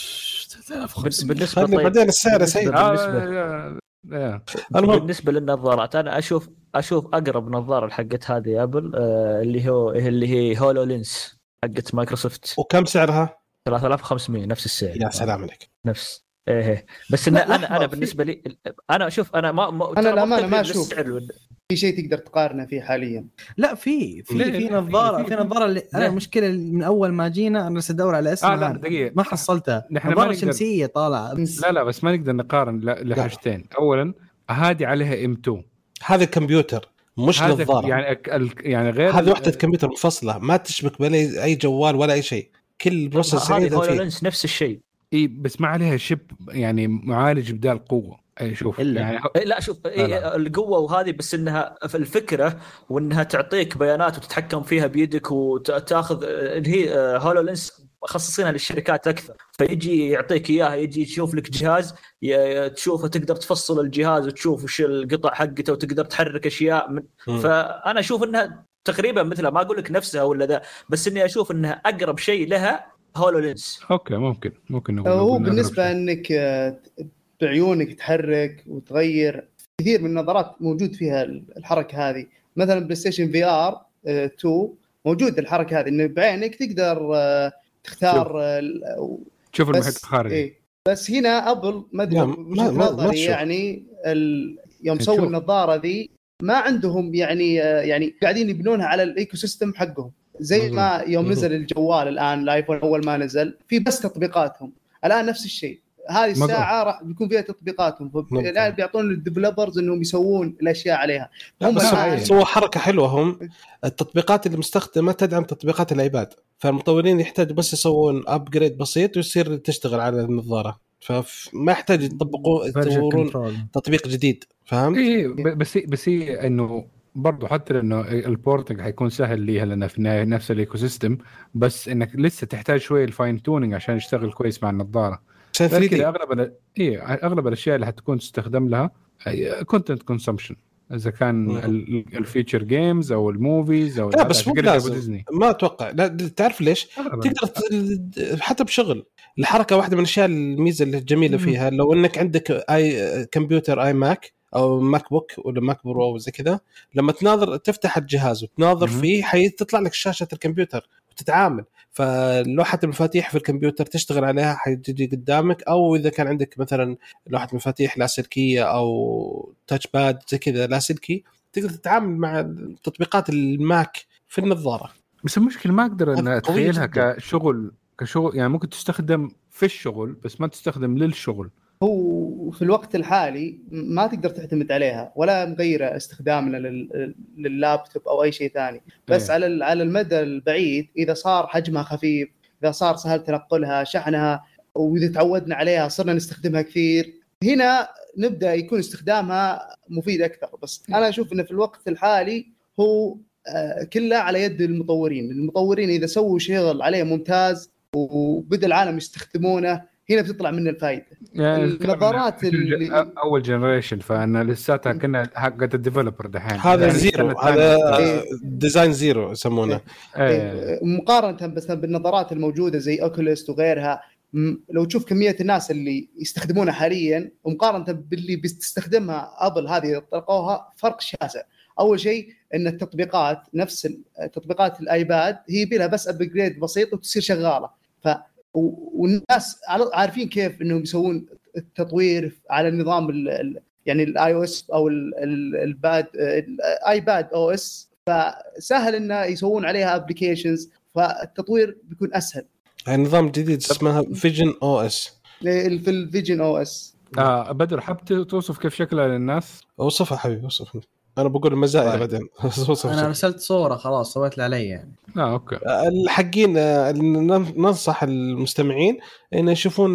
بالنسبه طيب بعدين السعر سيء بالنسبه آه بالنسبه للنظارات انا اشوف اشوف اقرب نظاره حقت هذه ابل آه اللي هو اللي هي هولو لينس حقت مايكروسوفت. وكم سعرها؟ ثلاثة آلاف وخمسمية نفس السعر. يا سلام عليك. نفس ايه بس إن انا انا بالنسبه لي انا اشوف انا ما, ما انا الامانه ما اشوف في شيء تقدر تقارنه فيه حاليا. لا في في في نظاره في نظاره اللي انا المشكله من اول ما جينا انا ادور على اسمها آه ما حصلتها. نظاره شمسيه طالعه. لا لا بس ما نقدر نقارن لحاجتين. اولا هذه عليها ام اثنين هذا الكمبيوتر مش نظاره يعني يعني غير هذه وحده كمبيوتر منفصله ما تشبك بلا اي جوال ولا اي شيء. كل بروسيسور هذه هولولينس نفس الشيء. اي بس ما عليها شيب يعني معالج بدال قوه. اي شوف يعني لا شوف إيه القوه وهذه بس انها في الفكره وانها تعطيك بيانات وتتحكم فيها بيدك وتاخذ اللي هي هولولينس مخصصينها للشركات اكثر، فيجي يعطيك اياها يجي يشوف لك جهاز تشوفه تقدر تفصل الجهاز وتشوف وش القطع حقته وتقدر تحرك اشياء من فانا اشوف انها تقريبا مثلها ما اقول لك نفسها ولا ذا بس اني اشوف انها اقرب شيء لها هولولينس. اوكي ممكن ممكن نقول هو بالنسبه انك بعيونك تحرك وتغير كثير من النظارات موجود فيها الحركه هذه. مثلا بلاي ستيشن في ار اثنين موجود الحركه هذه انه بعينك تقدر تختار تشوف المحيط الخارجي. إيه بس هنا ابل ما ادري نظري يعني يوم سووا النظاره ذي ما عندهم يعني يعني قاعدين يبنونها على الايكو سيستم حقهم زي ما يوم نزل الجوال الان الايفون اول ما نزل في بس تطبيقاتهم الان نفس الشيء. هذه الساعه راح بيكون فيها تطبيقاتهم الان بيعطون للديفلوبرز انهم يسوون الاشياء عليها. هم سووا حركه حلوه هم التطبيقات اللي مستخدمه تدعم تطبيقات الايباد فالمطورين يحتاج بس يسوون ابجريد بسيط ويصير تشتغل على النظاره فما يحتاج يطبقوا يطورون تطبيق جديد. فهمت؟ ايه بس بس انه برضو حتى لانه البورتنج حيكون سهل ليها لانها في النهايه نفس الايكو سيستم، بس انك لسه تحتاج شويه الفاين تونينج عشان يشتغل كويس مع النظاره. كذا اغلب ال... إيه اغلب الاشياء اللي حتكون تستخدم لها كونتنت كونسومشن، اذا كان الفيتشر جيمز او الموفيز او لا بس مو لازم، ما اتوقع. لا تعرف ليش تقدر حتى بشغل الحركه واحده من الاشياء الميزه الجميله فيها لو انك عندك اي كمبيوتر اي ماك او ماك بوك ولا ماك برو زي كذا، لما تناظر تفتح الجهاز وتناظر فيه حيطلع لك شاشه الكمبيوتر وتتعامل. فلوحه المفاتيح في الكمبيوتر تشتغل عليها حتجي قدامك، او اذا كان عندك مثلا لوحه مفاتيح لاسلكيه او تاتش باد زي كذا لاسلكي تقدر تتعامل مع تطبيقات الماك في النظاره. بس المشكله ما اقدر ان اتخيلها كشغل كشغل يعني ممكن تستخدم في الشغل بس ما تستخدم للشغل. هو في الوقت الحالي ما تقدر تعتمد عليها ولا مغيرة استخدامنا لللابتوب أو أي شيء ثاني، بس إيه. على على المدى البعيد إذا صار حجمها خفيف، إذا صار سهل تنقلها شحنها، وإذا تعودنا عليها صرنا نستخدمها كثير، هنا نبدأ يكون استخدامها مفيد أكثر. بس أنا أشوف إن في الوقت الحالي هو كله على يد المطورين. المطورين إذا سووا شغل عليه ممتاز وبدأ العالم يستخدمونه هنا بتطلع منه الفائده. يعني النظارات اللي اول جنريشن فانا لساتها كنا حقه الديفلوبر دحين، هذا يعني زيرو، هذا إيه ديزاين زيرو يسمونه. إيه إيه مقارنه بس بالنظارات الموجوده زي اوكوليست وغيرها، لو تشوف كميه الناس اللي يستخدمونها حاليا ومقارنه باللي بيستخدمها ابل هذه طرقوها فرق شاسع. اول شيء ان التطبيقات نفس تطبيقات الايباد هي بيلها بس ابجريد بسيط وتصير شغاله، ف والناس عارفين كيف انهم يسوون التطوير على النظام ال يعني الاي او اس او الباد الايباد او اس، فسهل انه يسوون عليها ابلكيشنز، فالتطوير بيكون اسهل. النظام الجديد اسمها فيجن او اس. في الفيجن او اس اه بدر حبت توصف كيف شكلها للناس؟ اوصفها حبيبي اوصفها. انا بقول المزايا بعدين. انا رسلت صوره خلاص سويت لي علي يعني. اه اوكي. الحقين ننصح المستمعين ان يشوفون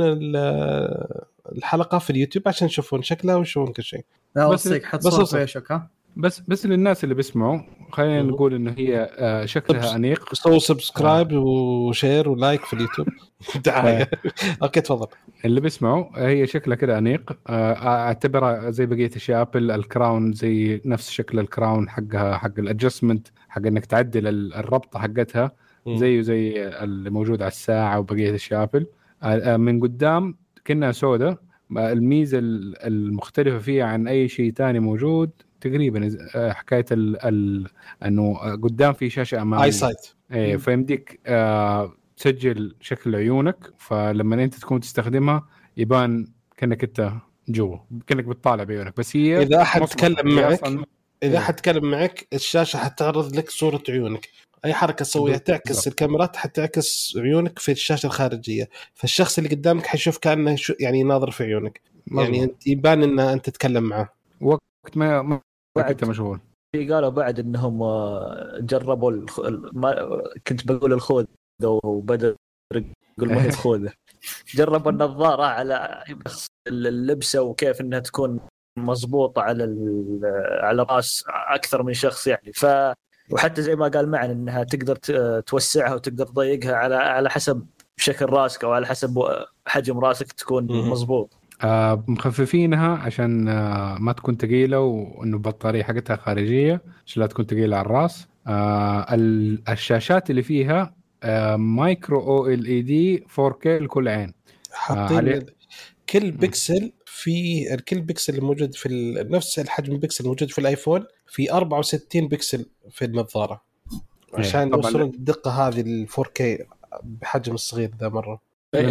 الحلقه في اليوتيوب عشان يشوفون شكلها ويشوفون كل شيء. بس حط صوره فيشك. ها بس بس للناس اللي بيسمعوا خلينا نقول انه هي شكلها انيق. سووا سبسكرايب وشير ولايك في اليوتيوب. دعايه. اوكي تفضل. اللي بيسمعوا هي شكلها كده انيق، اعتبرها زي بقيه اشياء ابل. الكراون زي نفس شكل الكراون حقها، حق الادجستمنت حق انك تعدل الربطه حقتها زيه زي اللي موجود على الساعه وبقيه اشياء ابل. من قدام كأنها سوداء. الميزه المختلفه فيها عن اي شيء تاني موجود تقريبا حكايه ال ال انه قدام في شاشه اماميه اي سايت، ايه فيمديك آه تسجل شكل عيونك، فلما انت تكون تستخدمها يبان كأنك انت جوا، كأنك بتطالع بعيونك. بس هي اذا احد تكلم معك أصلاً... اذا احد تكلم معك الشاشه حتعرض لك صوره عيونك، اي حركه تسويها تعكس الكاميرات حتعكس عيونك في الشاشه الخارجيه، فالشخص اللي قدامك حيشوف كانه يعني ناظر في عيونك، يعني يبان ان انت تتكلم معه وقت ما ما كنت مشغول. قالوا بعد انهم جربوا الخ... ما كنت بقول الخوذ وبدأ يقول ما هي خوذة. جربوا النظارة على اللبسة وكيف انها تكون مضبوطة على ال... على راس اكثر من شخص يعني. ف وحتى زي ما قال معنا انها تقدر توسعها وتقدر تضيقها على على حسب شكل راسك او على حسب حجم راسك تكون مضبوط. آه مخففينها عشان آه ما تكون ثقيله، وانه البطاريه حقتها خارجيه عشان لا تكون ثقيله على الراس. آه الشاشات اللي فيها آه مايكرو او ال اي دي فور كيه لكل عين. حاطين آه كل بكسل في كل بكسل الموجود في نفس الحجم البكسل الموجود في الايفون في أربعة وستين بكسل في النظاره عشان يوصلون الدقه هذه ال فور كيه بحجم الصغير ذا مره.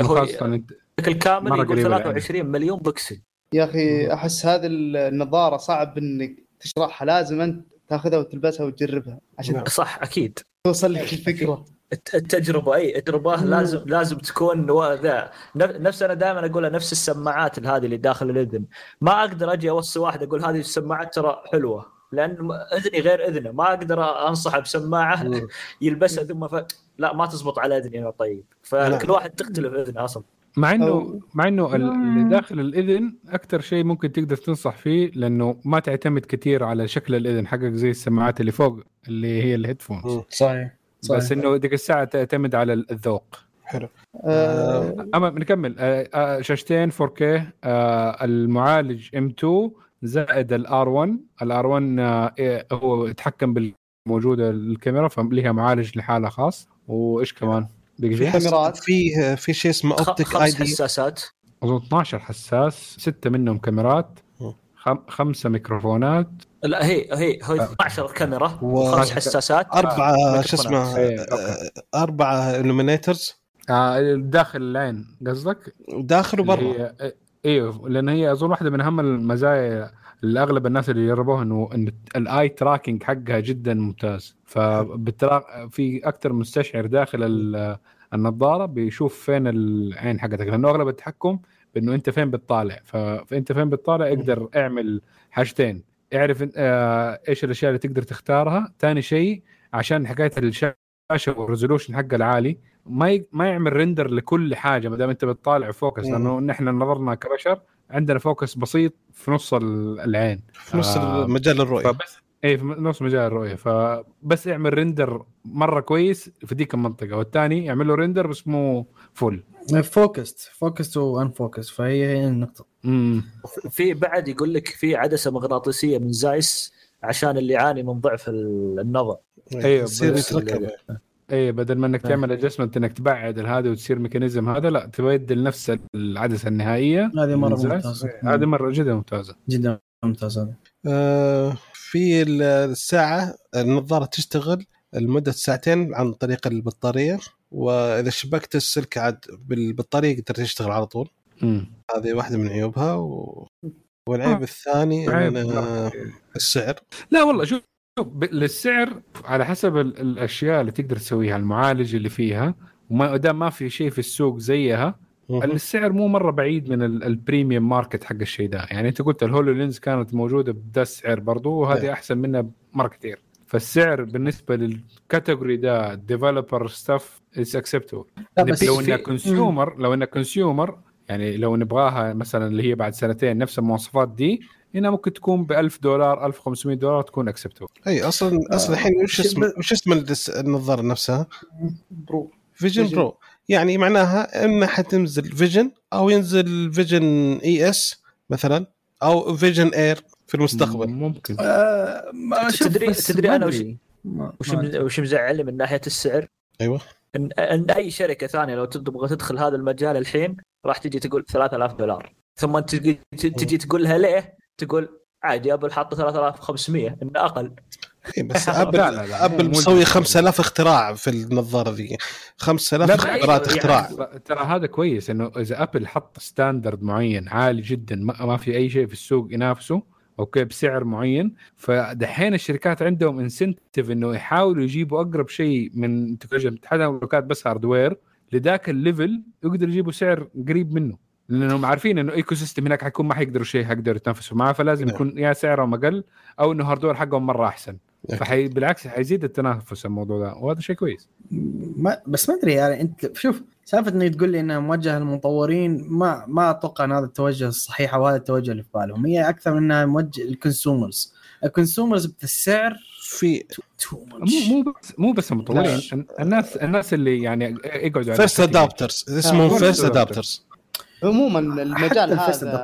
الكامل يقول ثلاثة وعشرين مليون بكسل. يا اخي احس هذه النظاره صعب انك تشرحها، لازم انت تاخذها وتلبسها وتجربها عشان صح اكيد توصل لك الفكره. التجربه اي التجربه لازم لازم تكون ذا نفس انا دائما اقولها نفس السماعات هذه اللي داخل الاذن. ما اقدر اجي اوصي واحد اقول هذه السماعات ترى حلوه لان اذني غير اذنه، ما اقدر انصحه بسماعه يلبسها ثم ف... لا ما تزبط على اذني انا. طيب فكل واحد تختلف اذنه اصلا. مع انه أو- مع انه ال- اللي داخل الاذن اكثر شيء ممكن تقدر تنصح فيه، لانه ما تعتمد كثير على شكل الاذن حقك زي السماعات اللي فوق اللي هي الهيدفونز. مم. صحيح صحيح. بس انه ديك الساعه تعتمد على الذوق. حلو. آه، اما بنكمل آه، آه، شاشتين فور كيه، آه، المعالج إم تو زائد الار واحد. الار واحد آه، إيه، هو يتحكم بالموجوده الكاميرا، فليها معالج لحالها خاص. وايش كمان بيجي في فيه؟ كاميرات. في في شيء اسمه خ- اوبتيك اي خمس دي. حساسات. اظن اثناشر حساس، ستة منهم كاميرات، مم. خم... خمسة ميكروفونات. لا هي هي هي اثنا عشر كاميرا و- وخمس حساسات. أربعة ميكروفونات. شو اسمه إيه، آه، أربعة illuminators آه داخل العين قصدك؟ داخل وبرا. اللي هي ايوه، لان هي اظن واحده من اهم المزايا اللي اغلب الناس اللي جربوها انه ان الاي تراكنج حقها جدا ممتاز. فبالترا في اكثر مستشعر داخل ال- النظاره بيشوف فين العين حقتك، لانه اغلب التحكم بانه انت فين بتطالع. ف... فانت فين بتطالع اقدر اعمل حاجتين: اعرف آه ايش الاشياء اللي تقدر تختارها. ثاني شيء عشان حكايه الشاشه والريزولوشن حقها العالي، ما ي... ما يعمل ريندر لكل حاجه ما دام انت بتطالع فوكس، لانه نحن نظرنا كبشر عندنا فوكس بسيط في نص ال- العين، في نص آه، مجال الرؤية. فبس ايه في نص مجال الرؤيه، فبس اعمل ريندر مره كويس في ديك المنطقه، والثاني يعمل له ريندر بس مو فل. فوكست فوكست وان فوكس، فهي هي النقطه. امم في بعد يقول لك في عدسه مغناطيسيه من زايس عشان اللي يعاني من ضعف ال- النظر. ايوه يصير بس يتركب. ايه بدل ما انك تعمل ادجستمنت انك تبعد هذا وتصير ميكانيزم هذا، لا تبدل نفس العدسه النهائيه. هذه مره من زايس. ممتازه، هذه مره جدا ممتازه. جدا ممتازه. آه، في الساعة النظارة تشتغل لمدة ساعتين عن طريق البطارية، وإذا شبكت السلك عاد بالبطارية تقدر تشتغل على طول. امم هذه واحدة من عيوبها. و... والعيب الثاني عيب. إن السعر. لا والله شوف شوف ب- للسعر على حسب ال- الاشياء اللي تقدر تسويها، المعالج اللي فيها، وما دام ما في شيء في السوق زيها، مهم. السعر مو مره بعيد من ال- البريميوم ماركت حق الشيء ده. يعني انت قلت الهولو لينز كانت موجوده بدا السعر برضو، وهذه نعم. احسن منها مره كثير. فالسعر بالنسبه للكاتيجوري ده ديفلوبر ستاف از اكسبتبل. لا بس لو في- انك كونسيومر لو انك كونسيومر يعني لو نبغاها مثلا اللي هي بعد سنتين نفس المواصفات دي، هنا ممكن تكون ب ألف دولار ألف وخمسمية دولار تكون اكسبتبل. أي أصلا أصلا الحين وش اسم وش اسم الدس- النظارة نفسها؟ برو. فيجن فيجن. برو. يعني معناها إما حتنزل فيجن أو ينزل فيجن إي إس مثلا، أو فيجن إير في المستقبل. ممكن. آه ما شوف، تدري بس تدري ما انا أدري. ما- وش ما- وش مزعلني من ناحيه السعر؟ أيوة. ان, إن اي شركه ثانيه لو تبغى تدخل هذا المجال الحين راح تجي تقول ثلاثة آلاف دولار، ثم تجي تجي تقولها ليه؟ تقول عادي ابل حاطه ثلاثة آلاف وخمسمية انه اقل. إيه بس أبل لا، لا، لا، أبل مو- مسوي مو- خمسة آلاف اختراع في النظارة ذي. خمسة آلاف لا، اختراعات يعني- اختراع. ترى هذا كويس انه اذا ابل حط ستاندرد معين عالي جدا ما ما في اي شيء في السوق ينافسه اوكي بسعر معين، فدحين الشركات عندهم انسنتيف انه يحاولوا يجيبوا اقرب شيء من تكنولوجيا حتى المملكات بس هاردوير لذاك الليفل يقدر يجيبوا سعر قريب منه، لانهم عارفين انه ايكو سيستم هناك حيكون ما حيقدروا شيء حيقدروا يتنافسوا معاه، فلازم نعم. يكون يا سعرهم اقل او انه هاردوير حقهم مره احسن. نعم. فحي بالعكس حيزيد التنافس الموضوع ده، وهذا شيء كويس. ما بس ما ادري يعني انت شوف سالفه انه تقول لي انها موجهه للمطورين، ما ما اتوقع ان هذا التوجه الصحيح او هذا التوجه اللي في بالهم. هي اكثر من انها موجه للكونسيومرز. الكونسيومرز بالسعر في مو مو بس مو بس المطورين، الناس الناس اللي يعني يقعدوا على فيرست ادابترز اسمهم آه، فيرست first ادابترز. عموما المجال هذا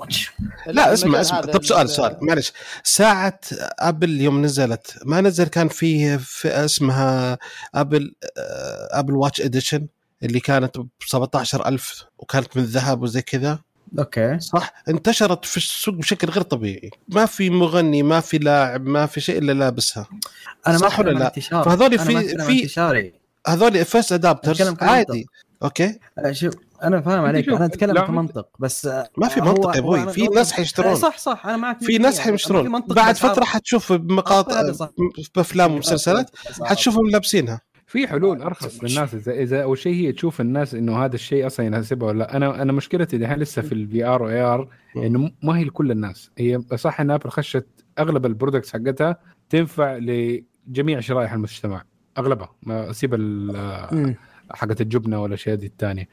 لا اسمع المجال اسمع هذا طب سؤال ال- سؤال معلش. ساعة ابل يوم نزلت ما نزل كان فيه في اسمها ابل آه، ابل واتش اديشن اللي كانت ب سبعة عشر ألف وكانت من ذهب وزي كذا اوكي صح. انتشرت في السوق بشكل غير طبيعي، ما في مغني ما في لاعب ما في شيء الا لابسها. انا ما صح ولا أتكلم عن لا؟ انتشار. فهذول أنا ما في- أتكلم عن في- انتشاري. هذول فيرست ادابترز أتكلم كمنطق. عادي اوكي. آه، شوف انا فاهم عليك، شوف، انا اتكلم لا، كمنطق بس آه، ما في هو- منطق يا هو ابوي، أنا في قصدي- ناس حيشترون، آه، صح صح انا معك في ناس حيشترون منطق بعد بأسعار. فترة حتشوف بمقاطع هذا صح. بأفلام ومسلسلات حتشوفهم لابسينها. في حلول ارخص للناس اذا اذا اول شيء هي تشوف الناس انه هذا الشيء اصلا يناسبها ولا لا. انا انا مشكلتي دحين لسه في الفي ار واي ار انه ما هي لكل الناس. هي صح ان ابل خشت اغلب البرودكتس حقتها تنفع لجميع شرائح المجتمع اغلبها، ما اسيب حقت الجبنه ولا شيء دي الثانيه.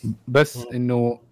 بس انه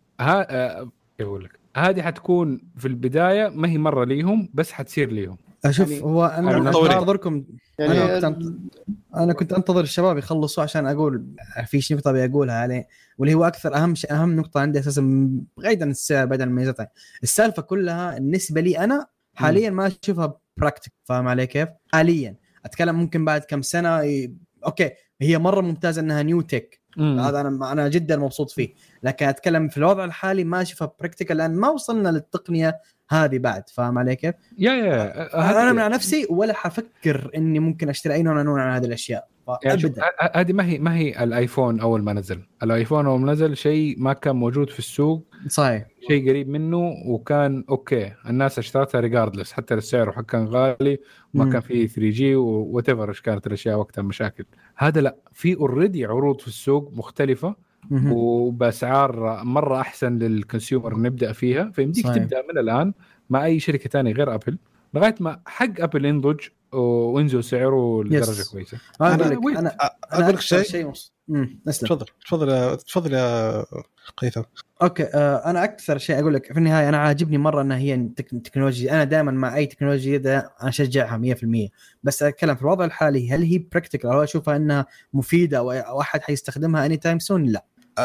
ها اقول لك هذه حتكون في البدايه ما هي مره ليهم بس حتصير ليهم. اشوف يعني هو انا اعذركم يعني انا كنت انا كنت انتظر الشباب يخلصوا عشان اقول في شيء نقطه بقولها عليه، واللي هو اكثر اهم شيء اهم نقطه عندي اساسا بعيدا عن السعر بعيدا عن الميزات. السالفه كلها بالنسبه لي انا حاليا ما اشوفها براكتيك. فاهم علي كيف؟ حاليا اتكلم ممكن بعد كم سنه ي... اوكي هي مره ممتازه انها نيو تك، هذا انا انا جدا مبسوط فيه، لكن اتكلم في الوضع الحالي ما اشوفها براكتيكال لان ما وصلنا للتقنيه هذه بعد. فاهم علي كيف؟ يا يا انا من نفسي ولا حفكر اني ممكن اشتري اي نوع من انواع هذه الاشياء ابدا. هذه ما هي ما هي الايفون اول ما نزل. الايفون اول ما نزل شيء ما كان موجود في السوق، صحيح، شيء قريب منه وكان اوكي الناس اشترتها ريجاردلس حتى السعر حق كان غالي وما م. كان فيه ثري جي وات ايفر ايش كانت الاشياء وقتها مشاكل. هذا لا، في اوريدي عروض في السوق مختلفه م- وباسعار مره احسن للكونسيومر نبدا فيها. فيمديك تبدا من الان مع اي شركه ثانيه غير ابل لغايه ما حق ابل ينضج وينزل سعره لدرجه كويسه. انا اقول لك انا اقول لك شيء, شيء امم تفضل تفضل تفضل يا قيثم. اوكي آه انا اكثر شيء اقول لك في النهايه انا عاجبني مره انها هي تكنولوجيا. انا دائما مع اي تكنولوجيا ده انا اشجعها مية بالمية، بس اتكلم في الوضع الحالي هل هي براكتيكال او اشوفها انها مفيده او احد حيستخدمها اني تايم سون؟ لا.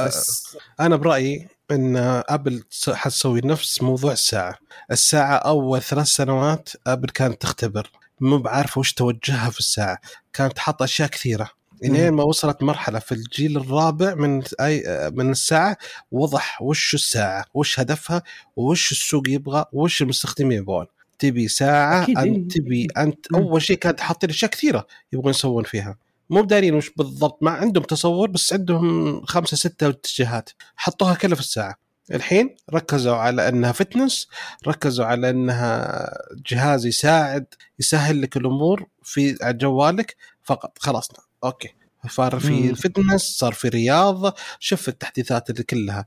بس انا برايي ان ابل حتسوي نفس موضوع الساعه. الساعه اول ثلاث سنوات ابل كانت تختبر، مو بعارفه وش توجهها في الساعه، كانت حاطه اشياء كثيره الين ما وصلت مرحله في الجيل الرابع من اي من الساعه وضح وش الساعه، وش هدفها، وش السوق يبغى، وش المستخدمين يبغون. تبي ساعه انت تبي انت اول شيء كانت حاطين اشياء كثيره يبغون يسوون فيها، مو دارين وش بالضبط، ما عندهم تصور بس عندهم خمسة ستة اتجاهات حطوها كلها في الساعة. الحين ركزوا على أنها فتنس، ركزوا على أنها جهاز يساعد يسهل لك الأمور في جوالك فقط. خلاص أوكي، صار في فتنس، صار في رياضة، شوف التحديثات اللي كلها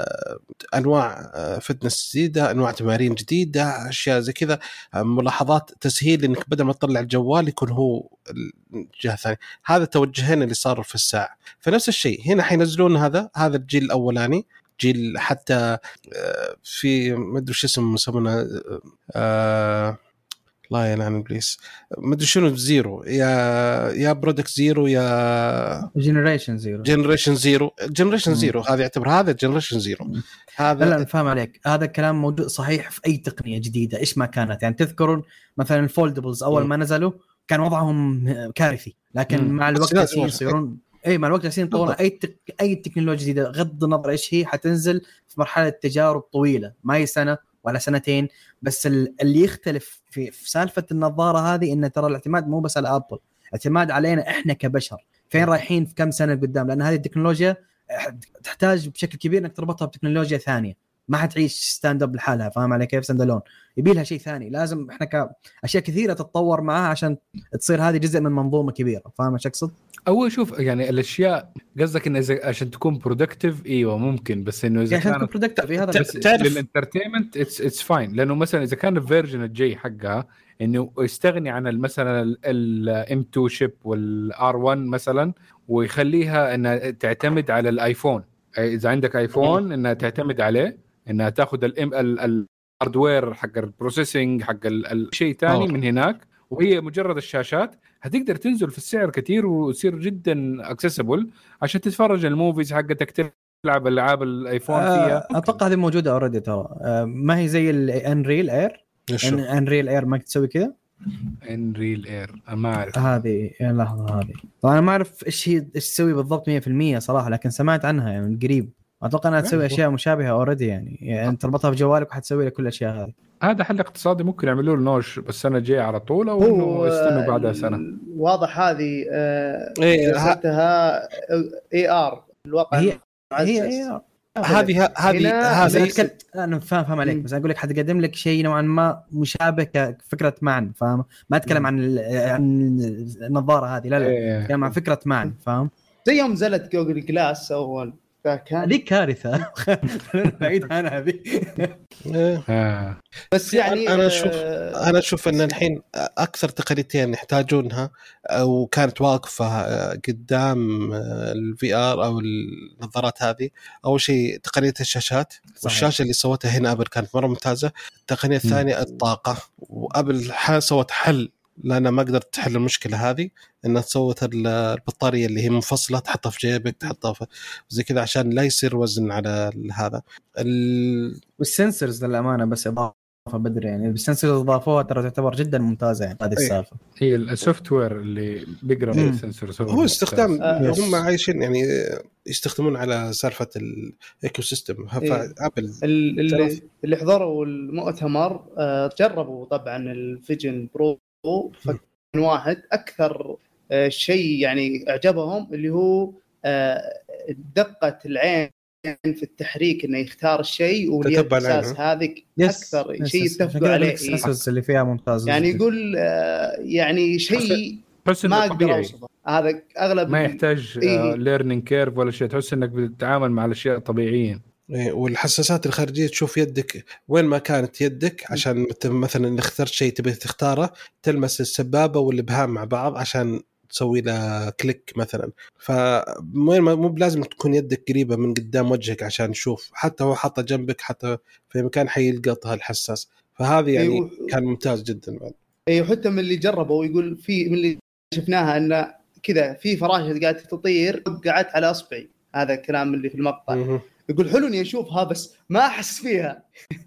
أنواع فتنس جديدة، أنواع تمارين جديدة، أشياء زي كذا، ملاحظات تسهيل إنك بدل ما تطلع الجوال يكون هو الجهة الثانية. هذا توجهين اللي صار في الساعة. فنفس الشيء هنا حينزلون هذا هذا الجيل الأولاني، جيل حتى في ما أدري وش اسمه مسمونه آه لا ينعم إبليس ما أدري شنو زيرو يا يا برودكت زيرو يا جنريشن زيرو جنريشن زيرو جنريشن زيرو هذا يعتبر هذا جنريشن زيرو. هذا لا نفهم عليك، هذا الكلام موجود صحيح في أي تقنية جديدة إيش ما كانت. يعني تذكرون مثلا الفولدبلز أول ما نزلوا كان وضعهم كارثي، لكن م. مع الوقت يصيرون اي مع الوقت يصيرون يطورون اي تك... اي تكنولوجيا جديده غض النظر ايش هي حتنزل في مرحله تجارب طويله ما هي سنه ولا سنتين بس. اللي يختلف في, في سالفه النظاره هذه ان ترى الاعتماد مو بس على ابل، اعتماد علينا احنا كبشر فين رايحين في كم سنه قدام، لان هذه التكنولوجيا تحتاج بشكل كبير انك تربطها بتكنولوجيا ثانيه، ما حتعيش ستاند اب لحالها. فاهم علي كيف؟ ستاند الون يبي لها شيء ثاني، لازم احنا كاشياء كثيره تتطور معها عشان تصير هذه جزء من منظومه كبيره. فاهم ايش اقصد؟ اول شوف يعني الاشياء قصدك ان اذا عشان تكون برودكتيف ايوه ممكن، بس انه اذا عشان تكون برودكتيف في هذا للانترتينمنت اتس اتس فاين، لانه مثلا اذا كان الفيرجن الجاي حقها انه يستغني عن مثلا الام تو شيب والار واحد مثلا ويخليها انها تعتمد على الايفون، اذا عندك ايفون انها تعتمد عليه، انها تاخذ الام الهاردوير حق البروسيسنج حق الشيء ثاني من هناك، وهي مجرد الشاشات هتقدر تنزل في السعر كتير ويصير جدا اكسسبل عشان تتفرج الموفيز حقتك، تلعب العاب الايفون فيها. اتوقع هذه موجوده اوريدي ترى، ما هي زي الانريل اير. انريل اير ما تسوي كذا. انريل اير ما اعرف هذه لحظه هذه طبعا انا ما اعرف ايش هي ايش تسوي بالضبط مية بالمية صراحه، لكن سمعت عنها يعني من قريب. اتوقع انها تسوي اشياء مشابهه اوريدي، يعني يعني تربطها بجوالك وحتسوي لك كل الاشياء هذه. هذا حل اقتصادي ممكن يعملوا له نوش بس السنه الجايه على طول، او انه يستنوا بعدها سنه. واضح هذه جلستها اي ار الواقع هي هي اي هذه هذه هذه انا فاهم فاهم عليك، بس اقول لك حتقدم لك شيء نوعا ما مشابه كفكره معن. فاهم؟ ما اتكلم عن عن النظاره هذه، لا لا اتكلم عن فكره معن. فاهم؟ زي يوم نزلت جوجل جلاس اول ف فكان هذه كارثه. بعيد عن هذه. آه. بس يعني انا اشوف آه، انا اشوف ان الحين اكثر تقنيتين يحتاجونها او كانت واقفه قدام الفي ار او النظارات هذه، اول شيء تقنيه الشاشات، والشاشه اللي سوتها هنا ابل كانت مره ممتازه. التقنيه الثانيه الطاقه، وابل سوت حل لأن ما قدرت تحل المشكلة هذه، إنها تسوت البطارية اللي هي منفصلة تحطها في جيبك تحطها في زي كذا عشان لا يصير وزن على هذا ال... والسنسورز للأمانة بس إضافة بدري يعني السنسورز إضافوها ترى تعتبر جدا ممتازة يعني هذه السالفة. هي السوفت وير اللي بيقرأ من السنسورز هو استخدام آه. هم عايشين يعني يستخدمون على سالفة الإيكو سيستم. فأبل اللي اللي حضروا المؤتمر آه جربوا طبعا الفيجن برو فكان واحد أكثر آه شيء يعني أعجبهم اللي هو آه دقة العين في التحريك إنه يختار الشيء والإحساس هذه أكثر شيء يتفقوا عليه. السنسورز اللي فيها ممتازة يعني يقول آه يعني شيء ما أقدر أوصفه. هذا أغلب ما يحتاج إيه ليرنينج كيرف ولا شيء، تحس إنك بتتعامل مع الأشياء طبيعيين. والحساسات الخارجية تشوف يدك وين ما كانت يدك، عشان مثلا إن اخترت شيء تبي تختاره تلمس السبابة والإبهام مع بعض عشان تسوي له كليك مثلا. فمو مو بلازم تكون يدك قريبة من قدام وجهك عشان تشوف، حتى هو حاطه جنبك حتى في مكان حيلقطها الحساس. فهذه يعني أيوه كان ممتاز جدا بعد. ايوه حتى من اللي جربوا يقول في من اللي شفناها ان كذا في فراشة قاعدة تطير وقعت على اصبعي، هذا الكلام اللي في المقطع. م- يقول حلو اني اشوفها بس ما احس فيها.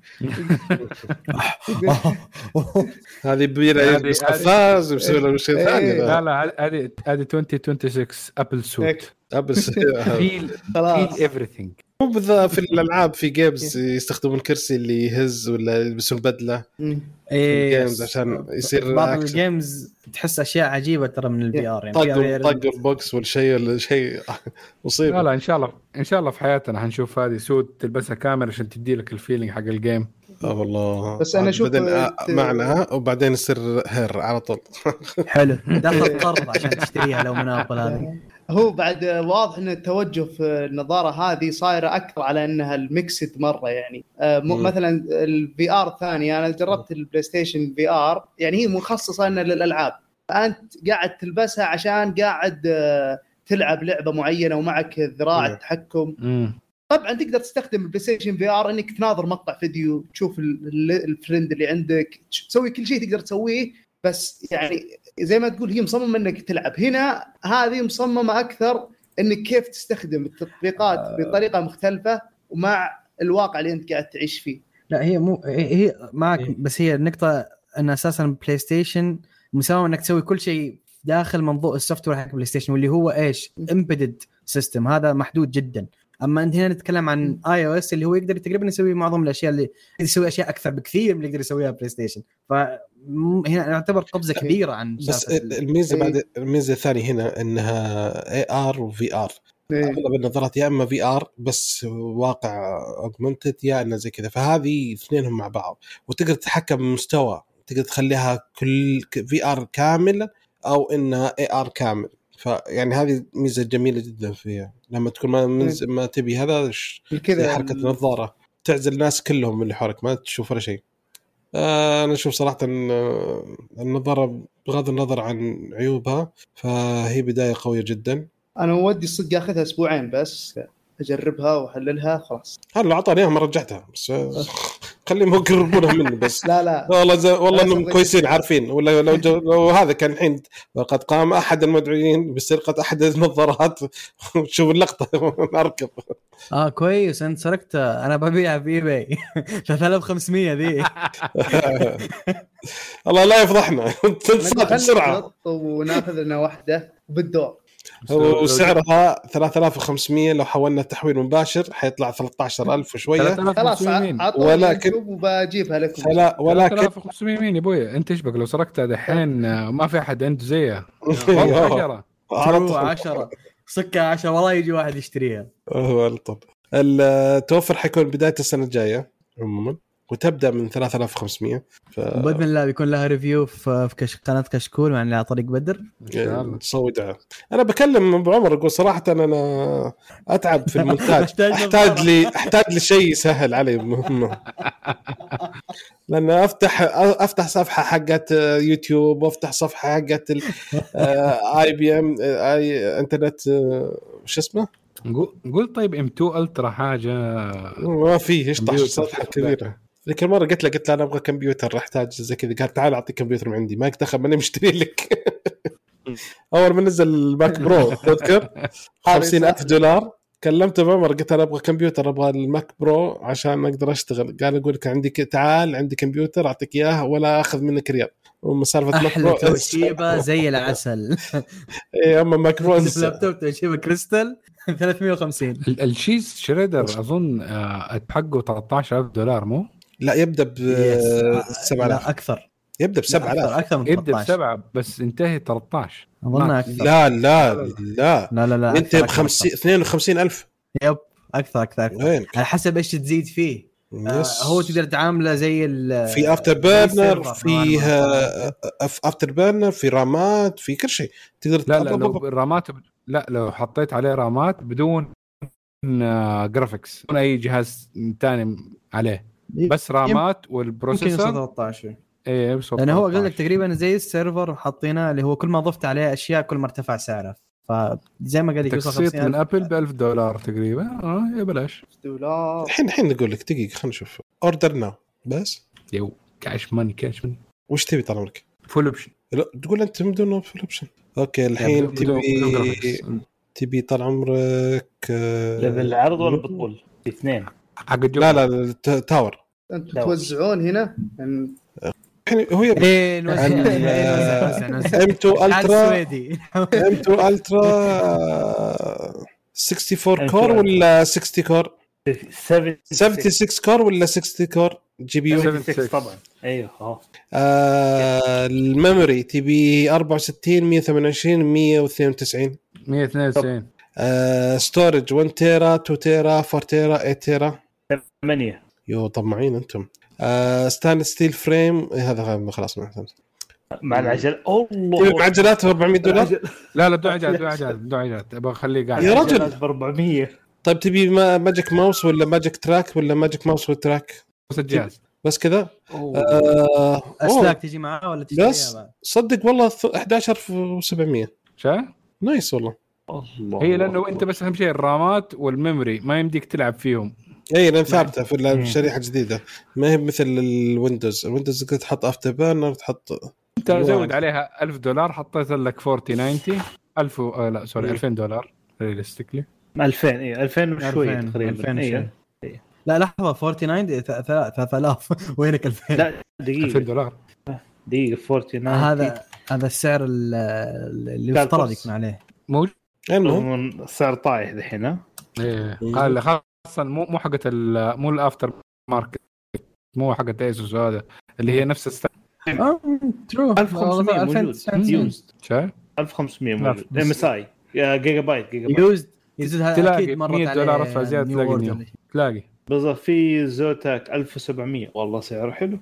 هذه بيرة قفاز ويسوي له شيء ثاني. لا لا هذه هذه ألفين وستة وعشرين ابل سوت ابل فيل فيل everything. مو بالذات في الالعاب في جيمز يستخدمون الكرسي اللي يهز ولا يلبسون بدله ايه جيمز عشان يصير بعض الجيمز تحس اشياء عجيبه ترى من الفي ار يعني طق طق البوكس والشيء ولا شيء مصيبه. لا لا ان شاء الله ان شاء الله في حياتنا هنشوف هذه سوت تلبسها كاميرا عشان تدي لك الفيلينج حق الجيم. اه والله بس انا اشوف معنا وبعدين يصير هير على طول. حلو دخل قرض عشان تشتريها لو من ابل هذه. هو بعد واضح ان التوجه في النظاره هذه صايره اكثر على انها الميكسد مره يعني آه مثلا الفي ار الثاني انا جربت البلاي ستيشن في ار يعني هي مخصصه انها للالعاب، فانت قاعد تلبسها عشان قاعد آه تلعب لعبه معينه ومعك ذراع التحكم. طبعا تقدر تستخدم البلاي ستيشن في ار انك تناظر مقطع فيديو، تشوف الفريند اللي عندك، تسوي كل شيء تقدر تسويه، بس يعني زي ما تقول هي مصممه انك تلعب. هنا هذه مصممه اكثر انك كيف تستخدم التطبيقات آه. بطريقه مختلفه ومع الواقع اللي انت قاعد تعيش فيه. لا هي مو هي معك إيه؟ بس هي النقطه ان اساسا البلاي ستيشن مساوي انك تسوي كل شيء داخل منظور السوفت وير حق البلاي ستيشن واللي هو ايش امبيدد سيستم، هذا محدود جدا. اما انت هنا نتكلم عن اي او اس اللي هو يقدر تقريبا يسوي معظم الاشياء اللي يسوي اشياء اكثر بكثير من اللي يقدر يسويها بلاي ستيشن. فهنا نعتبر قفزه كبيره عن بس الميزه بعد الميزه الثانيه هنا انها اي ار وفي ار. اغلب النظارات يا اما في ار بس واقع اوجمنتد يا انه زي كذا، فهذه اثنينهم مع بعض وتقدر تتحكم بالمستوى، تقدر تخليها كل في ار كامل او انها اي ار كامل. فيعني هذه ميزه جميله جدا فيها لما تكون ما, منز... ما تبي هذا كذا حركه ال... نظاره تعزل الناس كلهم من اللي حولك ما تشوف ولا شيء. آه انا اشوف صراحه ان النظاره بغض النظر عن عيوبها فهي بدايه قويه جدا. انا ودي الصدق اخذها اسبوعين بس اجربها واحللها خلاص. هلا عطاني اياها ما رجعتها بس خليهم يقربونها مني بس. لا لا والله زي... والله انهم كويسين عارفين. ولا لو, جو... لو هذا كان الحين وقد قام احد المدعوين بسرقه احد النظارات شوف اللقطه نركض. اه كويس انت سرقت، انا ببيعها في ايباي ثلاثة آلاف وخمسمية ذي. الله لا يفضحنا تنصح بسرعه وناخذ لنا واحده بالدور. وسعرها ثلاثة آلاف وخمسمية لو حولنا تحويل مباشر حيطلع ثلاثة عشر ألف وشويه. خلاص ولكن وبجيبها لكم. لا ولكن ثلاثة آلاف وخمسمية مين يا ابوي انت ايش بك لو سرقتها دحين ما في احد عنده زيها. والله عشرة عشرة سكه عشرة والله يجي واحد يشتريها. هو الطب التوفر حيكون بدايه السنه الجايه عموما وتبدا من ثلاثة آلاف وخمسمية. ف... وباذن الله بيكون لها ريفيو في في كش... قناه كشكول مع على طريق بدر تصوت. انا بكلم ابو عمر اقول صراحه انا اتعب في المونتاج احتاج لي احتاج لشيء سهل علي مهمه لان افتح افتح صفحه حقت يوتيوب وافتح صفحه حقت اي بي ام اي انترنت وش اسمه قول طيب ام تو الترا حاجه ما فيه ايش طاش صفحه كبيره. ذيك المره قلت له قلت له انا ابغى كمبيوتر احتاج زي كذا قال تعال اعطيك كمبيوتر من عندي ما دخل ماني مشتري لك. اول ما نزل الماك برو تذكر خمسين ألف دولار كلمته بعمر قلت انا ابغى كمبيوتر ابغى الماك برو عشان اقدر اشتغل. قال اقول لك عندي تعال عندي كمبيوتر اعطيك اياه ولا اخذ منك ريال. ومسافه ماك برو توشيبا زي العسل. اي اما ماك برو لابتوب توشيبا كريستال ثلاثمية وخمسين. الشيز شريدر اظن حقه ثلاثة عشر ألف دولار مو لا يبدا ب سبعة آلاف اكثر يبدا ب سبعة آلاف اكثر من يبدا ب سبعة بس انتهي ثلاثة عشر اظن اكثر. لا لا لا لا لا لا انت ب خمسين اثنين وخمسين ألف. يب اكثر اكثر, أكثر. على حسب ايش تزيد فيه. آه هو تقدر تعامله زي في افتر بيرنر فيها افتر بيرنر في رامات في كل شيء تقدر. لا لا لو الرامات لا لو حطيت عليه رامات بدون جرافيكس بدون اي جهاز ثاني عليه بس رامات والبروسيسور ثلاثة عشر. ايه انا هو قال لك تقريبا زي السيرفر حطيناه اللي هو كل ما ضفت عليه اشياء كل ما ارتفع سعره. فزي ما قال لك تقسيط من ابل ب ألف دولار تقريبا. اه يا بلاش دولار. الحين الحين نقول لك دقيقه خلينا نشوف اوردر ناو بس يو كاش ماني كاش ماني. وش تبي طال عمرك؟ فول اوبشن. لا تقول انت بدون فول اوبشن. اوكي الحين تبي تبي طال عمرك بالعرض ولا بالطول؟ اثنين حق لا لا تاور. انتم توزعون هنا الحين هو ايه نوزع ام تو الترا ام تو الترا أربعة وستين كور ولا ستين كور؟ سبعة وستين كور ولا ستين كور جي بي يو؟ سبعة وستين طبعا ايوه اه. الميموري تبي أربعة وستين مية وثمانية وعشرين مية واثنين وتسعين مية واثنين وتسعين. ستورج واحد تيرا اثنين تيرا أربعة تيرا ثمانية تيرا ثمانية. يو طمعين انتم. ستان ستيل فريم هذا خلاص ما احتاج مع العجل. الله مع عجلات أربعمية دولار. لا لا بدون عجلات بدون عجلات بدون عجلات ابغى اخليه قاعد يا رجل ب أربعمية. طيب تبي ما ماجيك ماوس ولا ماجيك تراك ولا ماجيك ماوس والتراك بس الجهاز بس كذا. آه اسلاك تجي معاه ولا تشتريها بس صدق والله أحد عشر ألف وسبعمية. شا نايس والله. الله هي لانه انت بس اهم شيء الرامات والميموري ما يمديك تلعب فيهم. اي لان ثابته في الشريحه الجديده ما هي مثل الويندوز. الويندوز كنت تحط افتر بيرنر تحط انت زود عليها ألف دولار حطيت لك أربعين تسعين ألف و... آه لا سوري ألفين دولار رياليستيكلي ألفين ايه ألفين وشوي تقريبا. ايه لا لحظه تسعة وأربعين ثلاثة آلاف وينك ألفين؟ لا دقيقه ألفين دولار دقيقه أربعة وستين هذا هذا السعر اللي افترض يكون عليه موجود. المهم السعر طايح الحين. ايه قال خاصه مو مو حقه مو الافتر ماركت مو حقه ايسوس هذا اللي هي نفس السعر. اه ترو ألف وخمسمية موجود يوزد. شايف ألف وخمسمية موجود ام اس اي جيجا بايت جيجا بايت يوزد يزيد هذا اكيد مره مية دولار ادفع زياده تلاقي نيو تلاقي بالضبط. في زوتاك ألف وسبعمية والله سعره حلو.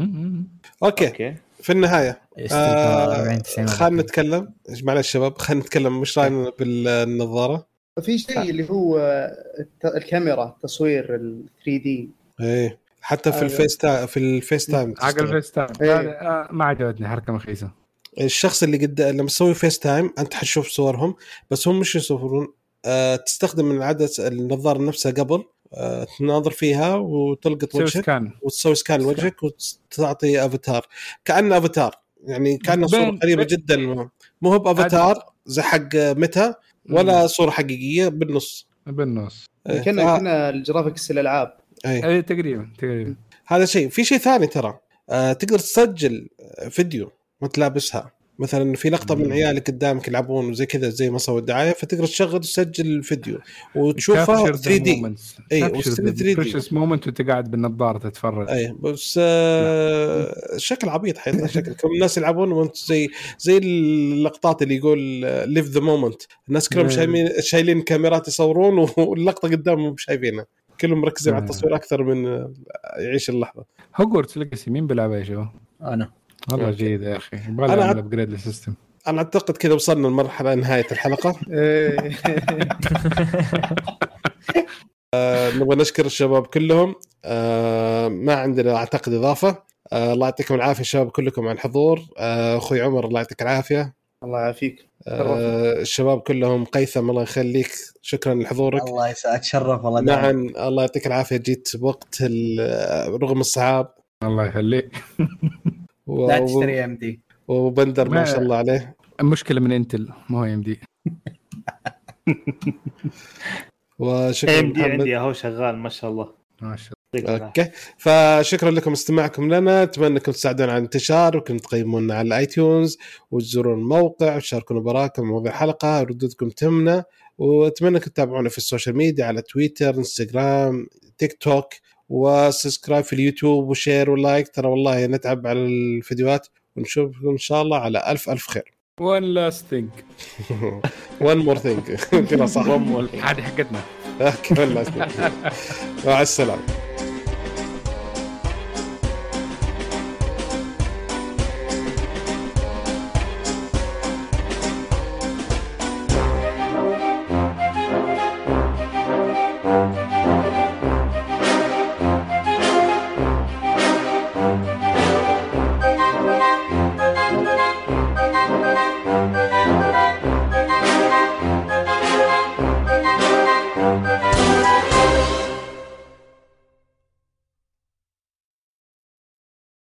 اوكي, أوكي. في النهايه آه خلينا نتكلم معلش الشباب خلينا نتكلم مش راينا بالنظاره. في شيء اللي هو الكاميرا تصوير ال ثري دي ايه حتى في الفيس تايم في الفيس تايم حق الفيس تايم ايه. ما عجبتني حركه مخيسه. الشخص اللي قد لما تسوي فيس تايم انت حتشوف صورهم بس هم مش يصورون. أه تستخدم من العدسه النظاره نفسها قبل أه تناظر فيها وتلقط وجهك وتسوي سكان لوجهك وتعطي افاتار كأنه افاتار يعني كأنه صورة قريبة جدا مو هو بافاتار زي حق ميتا ولا صورة حقيقية بالنص بالنص كنا كنا الجرافيكس الالعاب اي أيه تقريبا تقريبا. هذا شيء. في شيء ثاني ترى أه تقدر تسجل فيديو وانت لابسها مثلا في لقطه من عيالك قدامك يلعبون وزي كذا زي ما سووا الدعايه فتقدر تشغل تسجل الفيديو وتشوفها ثري دي. اي ثري دي بريشس مومنت وانت قاعد بالنظاره تتفرج. اي بس آه شكل عبيط حيطلع شكل كم الناس يلعبون وانت زي زي اللقطات اللي يقول ليف ذا مومنت الناس كلهم شايلين شايلين كاميرات يصورون واللقطه قدامهم مش شايفينها كلهم مركزين على التصوير اكثر من يعيش اللحظه. هوجورتس ليجاسي مين بيلعبها يا شباب؟ انا والله جيد يا اخي، يبغى أنا اعمل أت- ابجريد للسيستم. انا اعتقد كذا وصلنا لمرحله نهايه الحلقه. آه، نبغى نشكر الشباب كلهم. آه، ما عندنا اعتقد اضافه. آه، الله يعطيكم العافيه شباب كلكم على الحضور. آه، اخوي عمر الله يعطيك العافيه. الله يعافيك. آه، الشباب كلهم قيثم الله يخليك شكرا لحضورك. الله يسعدك شرف والله دائما. نعم الله يعطيك العافيه جيت بوقت ال- رغم الصعاب. الله يخليك. و- لا تشتري ام دي. وبندر ما ما- شاء الله عليه. المشكله من انتل ما هو ام دي. وشكرا ام دي محمد. عندي اهو شغال ما شاء الله. ما شاء اوكي فشكرا لكم استماعكم لنا. اتمنى انكم تساعدونا على الانتشار وكم تقيمونا على الاي تيونز وتزورون الموقع وتشاركونا براكم مواضيع الحلقه ردودكم تهمنا. واتمنى انكم تتابعونا في السوشيال ميديا على تويتر انستغرام تيك توك وسبسكرايب في اليوتيوب وشير ولايك. ترى والله نتعب على الفيديوهات ونشوفكم ان شاء الله على الف الف خير. الله. one last thing. one more thing كذا صح. هذه حقتنا. كمل مع السلامه.